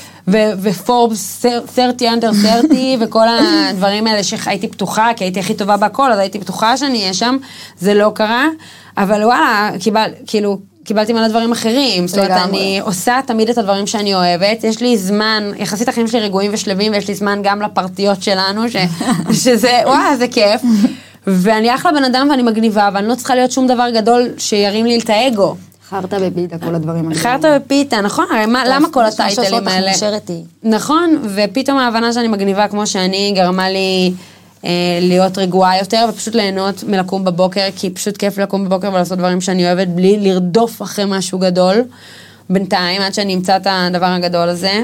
ופורבס שלושים under שלושים, וכל הדברים האלה שהייתי פתוחה, כי הייתי הכי טובה בהכל, אז הייתי פתוחה שאני אהיה שם, זה לא קרה, אבל וואלה, קיבל, כאילו, קיבלתי מלא דברים אחרים, זאת אומרת, אני עושה תמיד את הדברים שאני אוהבת, יש לי זמן, יחסית החיים שלי רגועים ושלבים, ויש לי זמן גם לפרטיות שלנו, שזה, וואו, זה כיף. ואני אחלה בן אדם ואני מגניבה, ואני לא צריכה להיות שום דבר גדול שירים לי את האגו. חרטה בפיתה, כל הדברים האלה. חרטה בפיתה, נכון? הרי מה, למה כל הטייטלים האלה? נכון, ופתאום ההבנה שאני מגניבה כמו שאני, גרמה לי אה, להיות רגועה יותר, ופשוט ליהנות מלקום בבוקר, כי פשוט כיף לקום בבוקר ולעשות דברים שאני אוהבת, בלי לרדוף אחרי משהו גדול, בינתיים, עד שאני אמצא את הדבר הגדול הזה,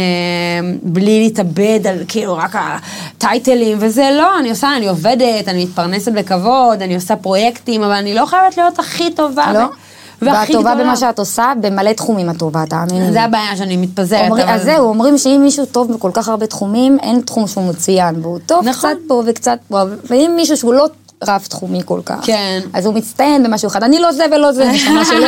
בלי להתאבד על כאילו רק הטייטלים, וזה לא, אני עושה, אני עובדת, אני מתפרנסת בכבוד, אני עושה פרויקטים, אבל אני לא חייבת להיות הכי טובה. לא? והכי טובה במה שאת עושה, במלא תחומים הטובה, תאמיני. זה הבעיה שאני מתפזרת. אז זהו, אומרים שאם מישהו טוב בכל כך הרבה תחומים, אין תחום שהוא מצוין, והוא טוב קצת פה וקצת פה, ואם מישהו שהוא לא רב תחומי כל כך. כן. אז הוא מצטיין במשהו אחד, אני לא זה ולא זה, נשמה שלי,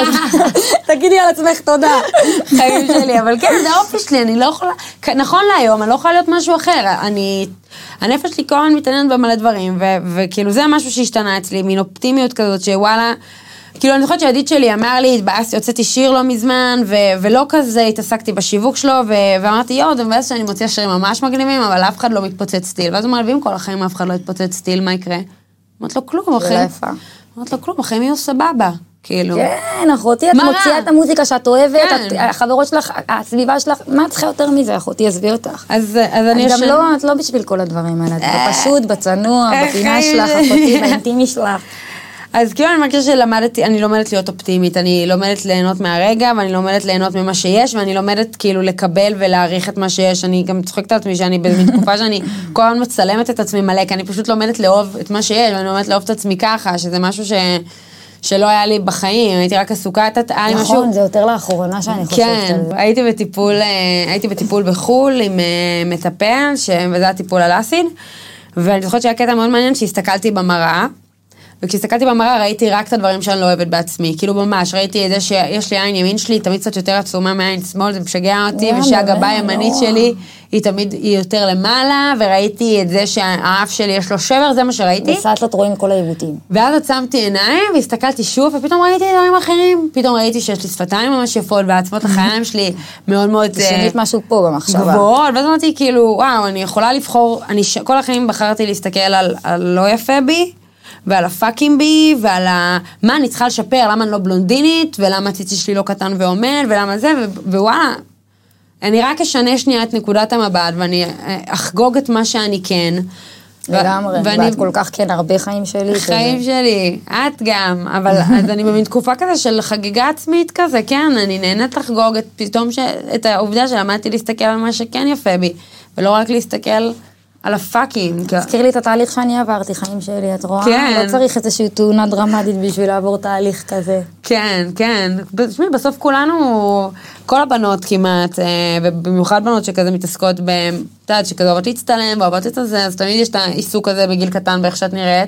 תגידי על עצמך תודה. חיים שלי, אבל כן, זה האופי שלי, אני לא יכולה, נכון להיום, אני לא יכולה להיות משהו אחר, אני, הנפש שלי כל הזמן מתעניינת במלא דברים, וכאילו זה משהו שהשתנה אצלי, מין אופטימיות כזאת, שוואלה, כאילו אני זוכרת שהידיד שלי אמר לי, התבאסתי, הוצאתי שיר לא מזמן, ולא כזה התעסקתי בשיווק שלו, ואמרתי, יו, זה מבאס שאני מוציאה שירים ממש מגניבים, אבל אף אחד לא מתפוצץ סטיל, ואז הוא אומר, ואם כל החיים אף אחד לא יתפוצץ סטיל, מה יקרה? אמרת לו, כלום, החיים. אמרת לו, כלום, החיים יהיו סבבה, כאילו. כן, אחותי, את מוציאה את המוזיקה שאת אוהבת, החברות שלך, הסביבה שלך, מה את צריכה יותר מזה, אחותי, עזבי אותך. אז אני גם לא, את לא בשביל כל הדברים האלה, את פשוט, בצנוע, בפינה שלך, אחותי, באינטימי שלך. אז כאילו אני מרגישה שלמדתי, אני לומדת להיות אופטימית, אני לומדת ליהנות מהרגע, ואני לומדת ליהנות ממה שיש, ואני לומדת כאילו לקבל ולהעריך את מה שיש, אני גם צוחקת על עצמי שאני בתקופה שאני כל הזמן מצלמת את עצמי מלא, כי אני פשוט לומדת לאהוב את מה שיש, ואני לומדת לאהוב את עצמי ככה, שזה משהו ש... שלא היה לי בחיים, הייתי רק עסוקה, היה נכון, משהו... זה יותר לאחרונה שאני חושבת כן, על זה. הייתי בטיפול, הייתי בטיפול בחול עם מטפל, וזה הטיפול על אסיד, ואני זוכרת שהיה קטע מאוד מעניין שהסתכלתי במראה, וכשהסתכלתי במראה ראיתי רק את הדברים שאני לא אוהבת בעצמי, כאילו ממש, ראיתי את זה שיש לי עין ימין שלי, תמיד קצת יותר עצומה מהעין שמאל, זה משגע אותי, ושהגבה הימנית שלי היא תמיד, היא יותר למעלה, וראיתי את זה שהאף שלי יש לו שבר, זה מה שראיתי. בסטלות רואים כל העיוותים. ואז עצמתי עיניים, והסתכלתי שוב, ופתאום ראיתי דברים אחרים, פתאום ראיתי שיש לי שפתיים ממש יפות, והעצמות החיים שלי מאוד מאוד... תשנית משהו פה במחשבה. גבוהות, ואז אמרתי כאילו, וואו, אני יכולה לבחור, אני כל החיים בחרתי להסתכל על, על לא יפה בי, ועל הפאקים בי, ועל ה... מה אני צריכה לשפר, למה אני לא בלונדינית, ולמה הציצי שלי לא קטן ועומד, ולמה זה, ו... ווואלה, אני רק אשנה שנייה את נקודת המבט, ואני אחגוג את מה שאני כן. לגמרי, ואני... ואת כל כך כן, הרבה חיים שלי. חיים שזה... שלי, את גם, אבל אז אני במין תקופה כזה של חגיגה עצמית כזה, כן, אני נהנית לחגוג את פתאום ש... את העובדה שלמדתי להסתכל על מה שכן יפה בי, ולא רק להסתכל... על הפאקים. תזכיר לי את התהליך שאני עברתי, חיים שלי, את רואה? כן. לא צריך איזושהי תאונה דרמטית בשביל לעבור תהליך כזה. כן, כן. תשמעי, בסוף כולנו, כל הבנות כמעט, ובמיוחד בנות שכזה מתעסקות בהם, את יודעת, שכזה אוהבות להצטלם, ואוהבות את זה, אז תמיד יש את העיסוק הזה בגיל קטן, באיך שאת נראית,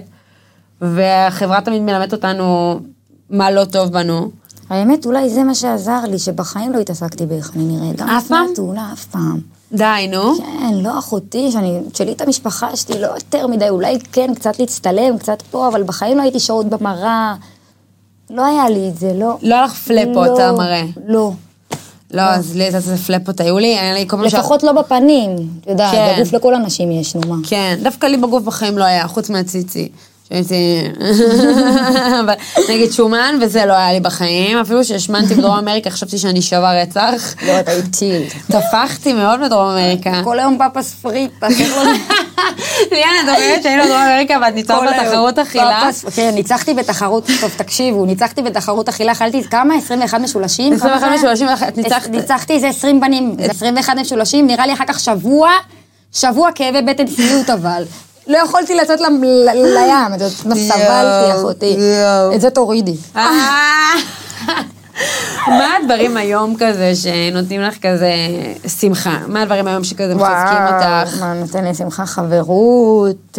והחברה תמיד מלמדת אותנו מה לא טוב בנו. האמת, אולי זה מה שעזר לי, שבחיים לא התעסקתי באיך אני נראית. אף פעם? תאונה, אף פעם. די, נו. כן, לא אחותי, שאני, שלי את המשפחה שלי, לא יותר מדי, אולי כן, קצת להצטלם, קצת פה, אבל בחיים לא הייתי שעות במראה. לא היה לי את זה, לא. לא הלך פלפות, אתה מראה. לא. לא, אז לי זה פלפות היו לי, היה לי כל מה ש... לפחות לא בפנים, אתה יודע, בגוף לכל אנשים יש, נו מה. כן, דווקא לי בגוף בחיים לא היה, חוץ מהציצי. שהייתי, אבל נגיד שומן, וזה לא היה לי בחיים, אפילו שהשמנתי בדרום אמריקה, חשבתי שאני שווה רצח. לא, אתה איטיל. תפחתי מאוד בדרום אמריקה. כל היום פאפס פריט, פאפס ליאנה, את אומרת שהיינו בדרום אמריקה, ואת ניצחת בתחרות אכילה. כן, ניצחתי בתחרות, טוב, תקשיבו, ניצחתי בתחרות אכילה, אכלתי כמה? עשרים ואחת משולשים? עשרים ואחת משולשים, ניצחתי. ניצחתי איזה עשרים בנים, עשרים ואחת משולשים, נראה לי אחר כך שבוע, שבוע כאבי בטן סיוט אבל. לא יכולתי לצאת לים, סבלתי אחותי. את זה תורידי. מה הדברים היום כזה שנותנים לך כזה שמחה? מה הדברים היום שכזה מחזקים אותך? מה נותן לי שמחה? חברות,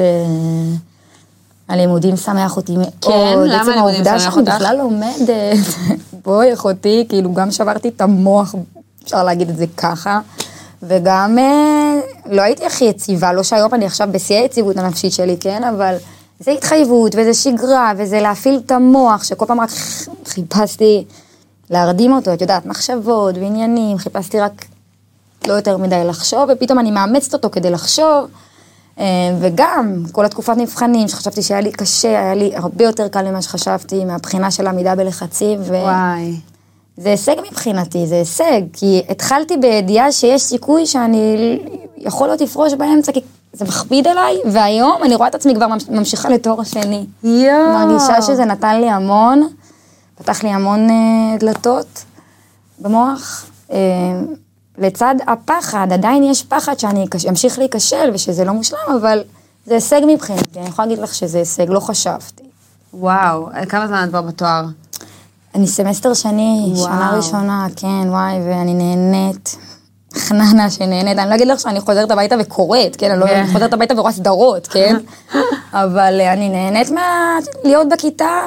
הלימודים שמח אותי מאוד. כן, למה הלימודים שמח אותך? העובדה שאני בכלל לומדת. בואי, אחותי, כאילו גם שברתי את המוח, אפשר להגיד את זה ככה. וגם לא הייתי הכי יציבה, לא שהיום אני עכשיו בשיא היציבות הנפשית שלי, כן? אבל זה התחייבות, וזה שגרה, וזה להפעיל את המוח, שכל פעם רק חיפשתי להרדים אותו, את יודעת, מחשבות ועניינים, חיפשתי רק לא יותר מדי לחשוב, ופתאום אני מאמצת אותו כדי לחשוב, וגם כל התקופת מבחנים, שחשבתי שהיה לי קשה, היה לי הרבה יותר קל ממה שחשבתי, מהבחינה של עמידה בלחצים, ו... וואי. זה הישג מבחינתי, זה הישג, כי התחלתי בידיעה שיש סיכוי שאני יכול להיות לפרוש באמצע, כי זה מכביד עליי, והיום אני רואה את עצמי כבר ממשיכה לתואר השני. יואו. מרגישה שזה נתן לי המון, פתח לי המון uh, דלתות במוח. Uh, לצד הפחד, עדיין יש פחד שאני אמשיך להיכשל, ושזה לא מושלם, אבל זה הישג מבחינתי, אני יכולה להגיד לך שזה הישג, לא חשבתי. וואו, כמה זמן את כבר בתואר? אני סמסטר שני, וואו. שנה ראשונה, כן, וואי, ואני נהנית, חננה שנהנית, אני לא אגיד לך שאני חוזרת הביתה וקוראת, כן, אני לא חוזרת הביתה ורואה סדרות, כן, אבל אני נהנית מה... להיות בכיתה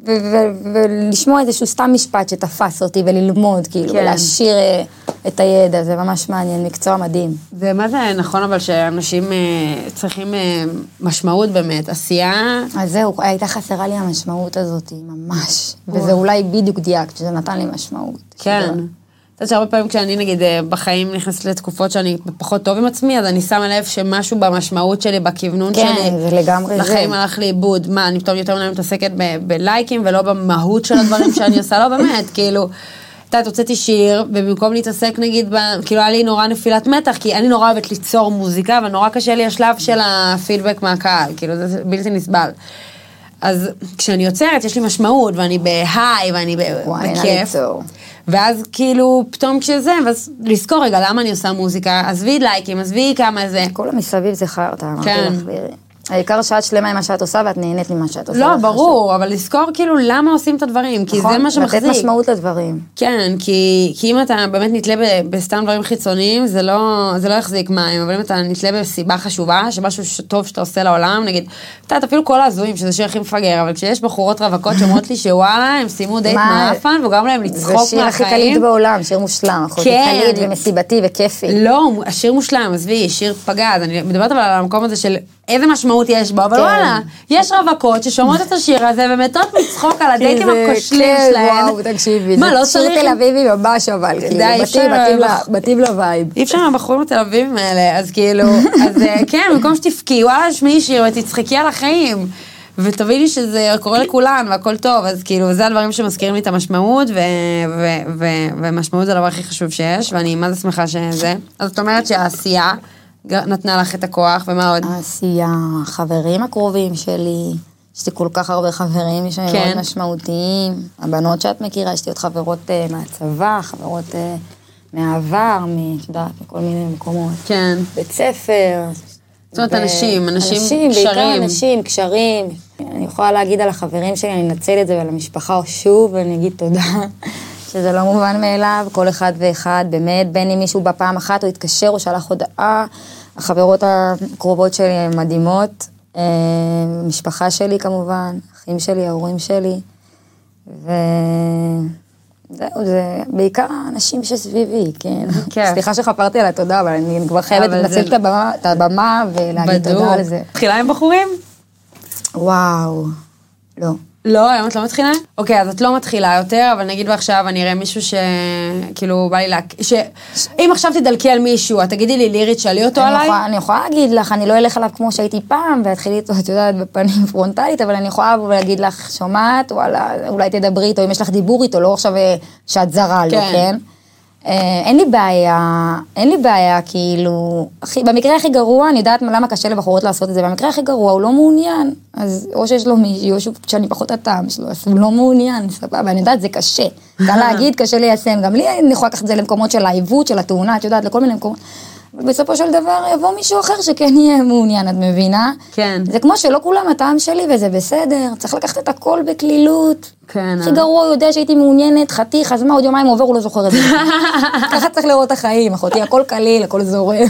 ולשמוע איזשהו סתם משפט שתפס אותי וללמוד, כאילו, ולהשאיר את הידע, זה ממש מעניין, מקצוע מדהים. ומה זה נכון אבל שאנשים צריכים משמעות באמת, עשייה? אז זהו, הייתה חסרה לי המשמעות הזאת, ממש, וזה אולי בדיוק דייקת, שזה נתן לי משמעות. כן. אתה יודע שהרבה פעמים כשאני נגיד בחיים נכנסת לתקופות שאני פחות טוב עם עצמי, אז אני שמה לב שמשהו במשמעות שלי, בכיוונון שלי, כן, זה לגמרי זה. לחיים הלך לאיבוד. מה, אני פתאום יותר מנהל מתעסקת בלייקים ולא במהות של הדברים שאני עושה, לא באמת, כאילו, אתה יודעת, הוצאתי שיר, ובמקום להתעסק נגיד, כאילו היה לי נורא נפילת מתח, כי אני נורא אוהבת ליצור מוזיקה, אבל נורא קשה לי השלב של הפידבק מהקהל, כאילו זה בלתי נסבל. אז כשאני יוצרת, יש לי משמעות, ואני בהיי, ואני בכיף. ואז כאילו, פתאום כשזה, ואז לזכור רגע, למה אני עושה מוזיקה? עזבי לייקים, עזבי כמה זה. כל המסביב זה חרטה. כן. העיקר שאת שלמה עם מה שאת עושה, ואת נהנית ממה שאת עושה. לא, ברור, אבל לזכור כאילו למה עושים את הדברים, כי זה מה שמחזיק. לתת משמעות לדברים. כן, כי אם אתה באמת נתלה בסתם דברים חיצוניים, זה לא יחזיק מים, אבל אם אתה נתלה בסיבה חשובה, שמשהו טוב שאתה עושה לעולם, נגיד, אתה אפילו כל הזויים, שזה שיר הכי מפגר, אבל כשיש בחורות רווקות שאומרות לי שוואלה, הם סיימו דייט מאפן, וגם להם לצחוק מהחיים. זה שיר הכי קליט בעולם, שיר מושלם, קליט ומסיבתי וכיפי. לא, השיר מושלם, עזבי, שיר פגז. אני מדברת אבל על המקום הזה של איזה משמעות יש בו, אבל וואלה, יש רווקות ששומעות את השיר הזה ומתות מצחוק על הדייטים הכושלים שלהם. וואו, תקשיבי, זה שיר תל אביבי ממש אבל, בתים לווייב. אי אפשר מהבחורים התל אביבים האלה, אז כאילו, אז כן, במקום שתפקי, וואלה, שמי שיר ותצחקי על החיים, ותביני שזה קורה לכולן והכל טוב, אז כאילו, זה הדברים שמזכירים לי את המשמעות, ומשמעות זה הדבר הכי חשוב שיש, ואני מה זה שמחה שזה. אז זאת אומרת שהעשייה נתנה לך את הכוח, ומה עוד? העשייה, החברים הקרובים שלי, יש לי כל כך הרבה חברים שהם מאוד משמעותיים, הבנות שאת מכירה, יש לי עוד חברות מהצבא, חברות מהעבר, מכל מיני מקומות. כן. בית ספר. זאת אומרת, אנשים, אנשים, אנשים, קשרים. בעיקר אנשים, קשרים. אני יכולה להגיד על החברים שלי, אני אנצל את זה, ועל המשפחה שוב, ואני אגיד תודה. שזה לא מובן מאליו, כל אחד ואחד, באמת, בין אם מישהו בפעם אחת, הוא התקשר, או שלח הודעה, החברות הקרובות שלי הן מדהימות, משפחה שלי כמובן, אחים שלי, ההורים שלי, וזהו, זה בעיקר האנשים שסביבי, כן. סליחה שחפרתי על התודה, אבל אני כבר חייבת לנצל את הבמה, ולהגיד תודה על זה. מתחילה עם בחורים? וואו, לא. לא, היום את לא מתחילה? אוקיי, אז את לא מתחילה יותר, אבל נגיד ועכשיו אני אראה מישהו שכאילו בא לי להק... אם עכשיו תדלקי על מישהו, את תגידי לי לירית, שאלי אותו עליי? אני יכולה להגיד לך, אני לא אלך עליו כמו שהייתי פעם, ואתחיל איתו, את יודעת, בפנים פרונטלית, אבל אני יכולה להגיד לך, שומעת, וואלה, אולי תדברי איתו, אם יש לך דיבור איתו, לא עכשיו שאת זרה לו, כן? אין לי בעיה, אין לי בעיה, כאילו, במקרה הכי גרוע, אני יודעת למה קשה לבחורות לעשות את זה, במקרה הכי גרוע, הוא לא מעוניין, אז או שיש לו מישהו, או שאני פחות הטעם שלו, אז הוא לא מעוניין, סבבה, אני יודעת, זה קשה, קל להגיד, קשה ליישם, גם לי אני יכולה לקחת את זה למקומות של העיוות, של התאונה, את יודעת, לכל מיני מקומות, אבל בסופו של דבר יבוא מישהו אחר שכן יהיה מעוניין, את מבינה? כן. זה כמו שלא כולם הטעם שלי, וזה בסדר, צריך לקחת את הכל בקלילות. כן. הכי גרוע, הוא יודע שהייתי מעוניינת, חתיך, אז מה, עוד יומיים עובר, הוא לא זוכר את זה. ככה צריך לראות את החיים, אחותי, הכל קליל, הכל זורם.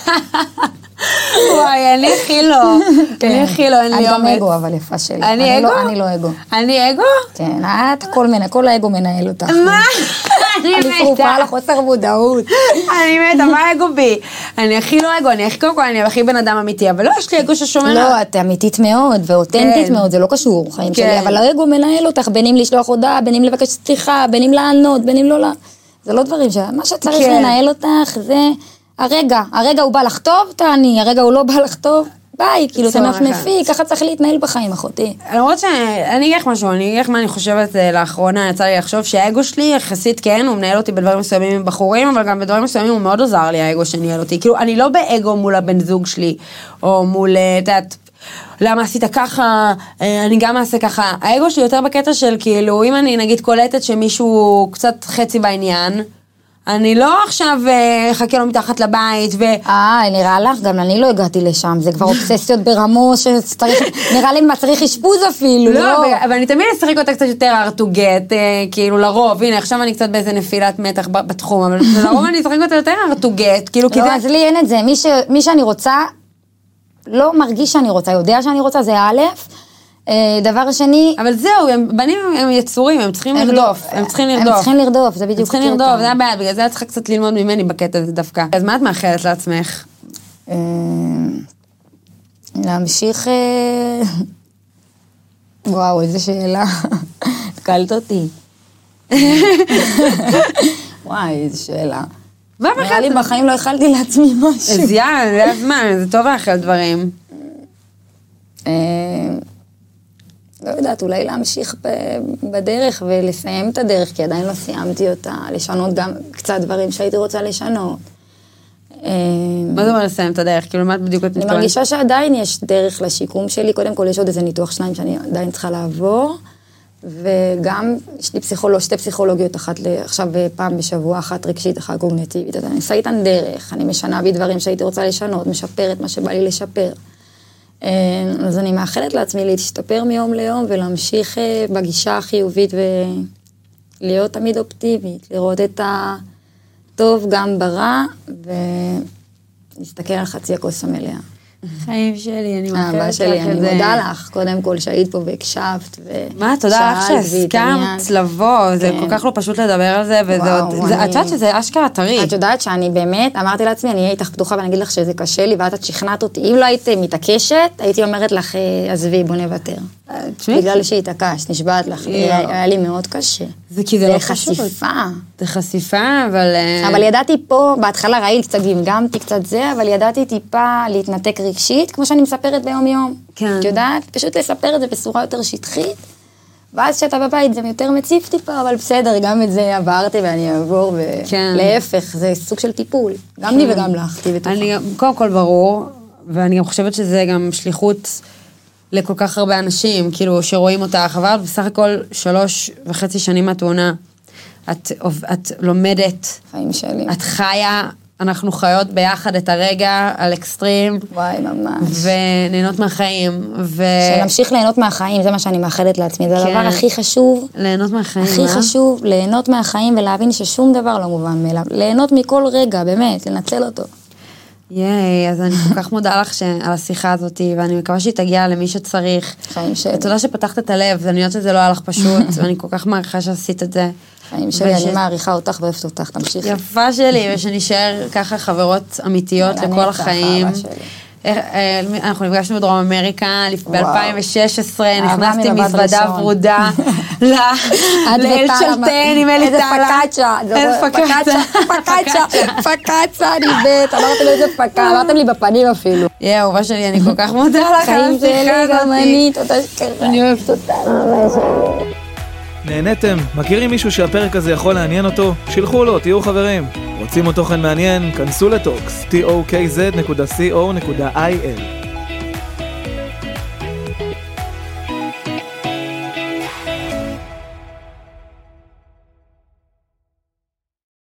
וואי, אני הכי לא. אני הכי לא, אין לי אומץ. את גם אגו, אבל יפה שלי. אני אגו? אני לא אגו. אני אגו? כן, את כל האגו מנהל אותך. מה? אני שרופה על החוסר מודעות. אני מתה, מה אגו בי? אני הכי לא אגו, אני הכי קודם כל, אני הכי בן אדם אמיתי, אבל לא, יש לי אגו ששומר. לא, את אמיתית מאוד, ואותנטית מאוד, זה לא קשור, חיים שלי, אבל האגו מנהל אותך, בין אם לשלוח הודעה, בין אם לבקש סליחה, בין אם לענות, בין אם לא לה... זה לא דברים ש... מה שצריך לנהל אותך, זה הרגע, הרגע הוא בא לך טוב, תעני, הרגע הוא לא בא לך טוב, ביי, כאילו תנפנפי, ככה צריך להתנהל בחיים, אחותי. למרות שאני אגיד לך משהו, אני אגיד לך מה אני חושבת לאחרונה, יצא לי לחשוב שהאגו שלי יחסית כן, הוא מנהל אותי בדברים מסוימים עם בחורים, אבל גם בדברים מסוימים הוא מאוד עוזר לי, האגו שניהל אותי. כאילו, אני לא באגו מול הבן זוג שלי, או מול, תעת, למה עשית ככה, אני גם אעשה ככה. האגו שלי יותר בקטע של, כאילו, אם אני נגיד קולטת שמישהו קצת חצי בעניין, אני לא עכשיו חכה לו מתחת לבית ו... אה, נראה לך, גם אני לא הגעתי לשם, זה כבר אובססיות ברמות שצריך, נראה לי מה צריך אשפוז אפילו, לא? לא, אבל אני תמיד אשחק אותה קצת יותר hard to get, כאילו לרוב, הנה, עכשיו אני קצת באיזה נפילת מתח בתחום, אבל לרוב אני אשחק אותה יותר hard to get, כאילו כדי... לא, אז לי אין את זה, מי שאני רוצה, לא מרגיש שאני רוצה, יודע שאני רוצה, זה א', דבר שני... אבל זהו, בנים הם יצורים, הם צריכים לרדוף, הם צריכים לרדוף. הם צריכים לרדוף, זה בדיוק. הם צריכים לרדוף, זה הבעיה, בגלל זה את צריכה קצת ללמוד ממני בקטע הזה דווקא. אז מה את מאחלת לעצמך? להמשיך... וואו, איזה שאלה. תקלת אותי. וואי, איזה שאלה. נראה לי בחיים לא אכלתי לעצמי משהו. אז יאללה, זה הזמן, זה טוב לאכל דברים. לא יודעת, אולי להמשיך בדרך ולסיים את הדרך, כי עדיין לא סיימתי אותה, לשנות גם קצת דברים שהייתי רוצה לשנות. מה זה אומר לסיים את הדרך? כאילו, מה את בדיוק את מתכוונת? אני מרגישה שעדיין יש דרך לשיקום שלי, קודם כל יש עוד איזה ניתוח שניים שאני עדיין צריכה לעבור, וגם יש לי פסיכולוג, שתי פסיכולוגיות, אחת עכשיו פעם בשבוע, אחת רגשית, אחת קוגניטיבית, אז אני עושה איתן דרך, אני משנה בי דברים שהייתי רוצה לשנות, משפרת מה שבא לי לשפר. אז אני מאחלת לעצמי להשתפר מיום ליום ולהמשיך בגישה החיובית ולהיות תמיד אופטימית, לראות את הטוב גם ברע ולהסתכל על חצי הכוס המלאה. חיים שלי, אני מאחלת לך את זה. אני מודה לך, קודם כל שהיית פה והקשבת ושאלת. מה, תודה לך שהסכמת לבוא, זה כל כך לא פשוט לדבר על זה, ואת יודעת שזה אשכרה טרי. את יודעת שאני באמת, אמרתי לעצמי, אני אהיה איתך פתוחה ואני אגיד לך שזה קשה לי, ואת שכנעת אותי. אם לא היית מתעקשת, הייתי אומרת לך, עזבי, בוא נוותר. בגלל שהתעקשת, נשבעת לך, היה לי מאוד קשה. זה כי זה לא פשוט. זה חשיפה. זה חשיפה, אבל... אבל ידעתי פה, בהתחלה ראיתי קצת גמגמתי קצת זה, אבל ידעתי טיפה להתנתק רגשית, כמו שאני מספרת ביום יום. כן. את יודעת? פשוט לספר את זה בצורה יותר שטחית, ואז שאתה בבית זה יותר מציף טיפה, אבל בסדר, גם את זה עברתי ואני אעבור, ולהפך, זה סוג של טיפול. גם לי וגם לך, תהי בטוחה. אני, קודם כל ברור, ואני גם חושבת שזה גם שליחות לכל כך הרבה אנשים, כאילו, שרואים אותך, אבל בסך הכל שלוש וחצי שנים מהתאונה, את, את לומדת, חיים שלי. את חיה, אנחנו חיות ביחד את הרגע על אקסטרים. וואי, ממש. ונהנות מהחיים. ו... שנמשיך ליהנות מהחיים, זה מה שאני מאחלת לעצמי. זה כן. הדבר הכי חשוב. ליהנות מהחיים, הכי אה? חשוב, ליהנות מהחיים ולהבין ששום דבר לא מובן מאליו. ליהנות מכל רגע, באמת, לנצל אותו. ייי, אז אני כל כך מודה לך על השיחה הזאת, ואני מקווה שהיא תגיע למי שצריך. חיים שלי. תודה שפתחת את הלב, ואני יודעת שזה לא היה לך פשוט, ואני כל כך מעריכה שעשית את זה. חיים שלי, אני מעריכה אותך ואוהבת אותך, תמשיכי. יפה שלי, ושנשאר ככה חברות אמיתיות לכל החיים. אנחנו נפגשנו בדרום אמריקה, ב-אלפיים ושש עשרה, נכנסתי מזוודה ורודה לאל שלטן עם אלי טלה. איזה פקאצ'ה, פקאצ'ה, פקאצ'ה, אני בית, אמרתם לי איזה פקה, אמרתם לי בפנים אפילו. יהיה, אהובה שלי, אני כל כך מודה לך על השיחה הזאת. גם אני, תודה שקרה. אני אוהבת אותה. נהנתם? מכירים מישהו שהפרק הזה יכול לעניין אותו? שילחו לו, תהיו חברים. רוצים עוד תוכן מעניין? כנסו לטוקס, טוקס נקודה קו נקודה איי אל.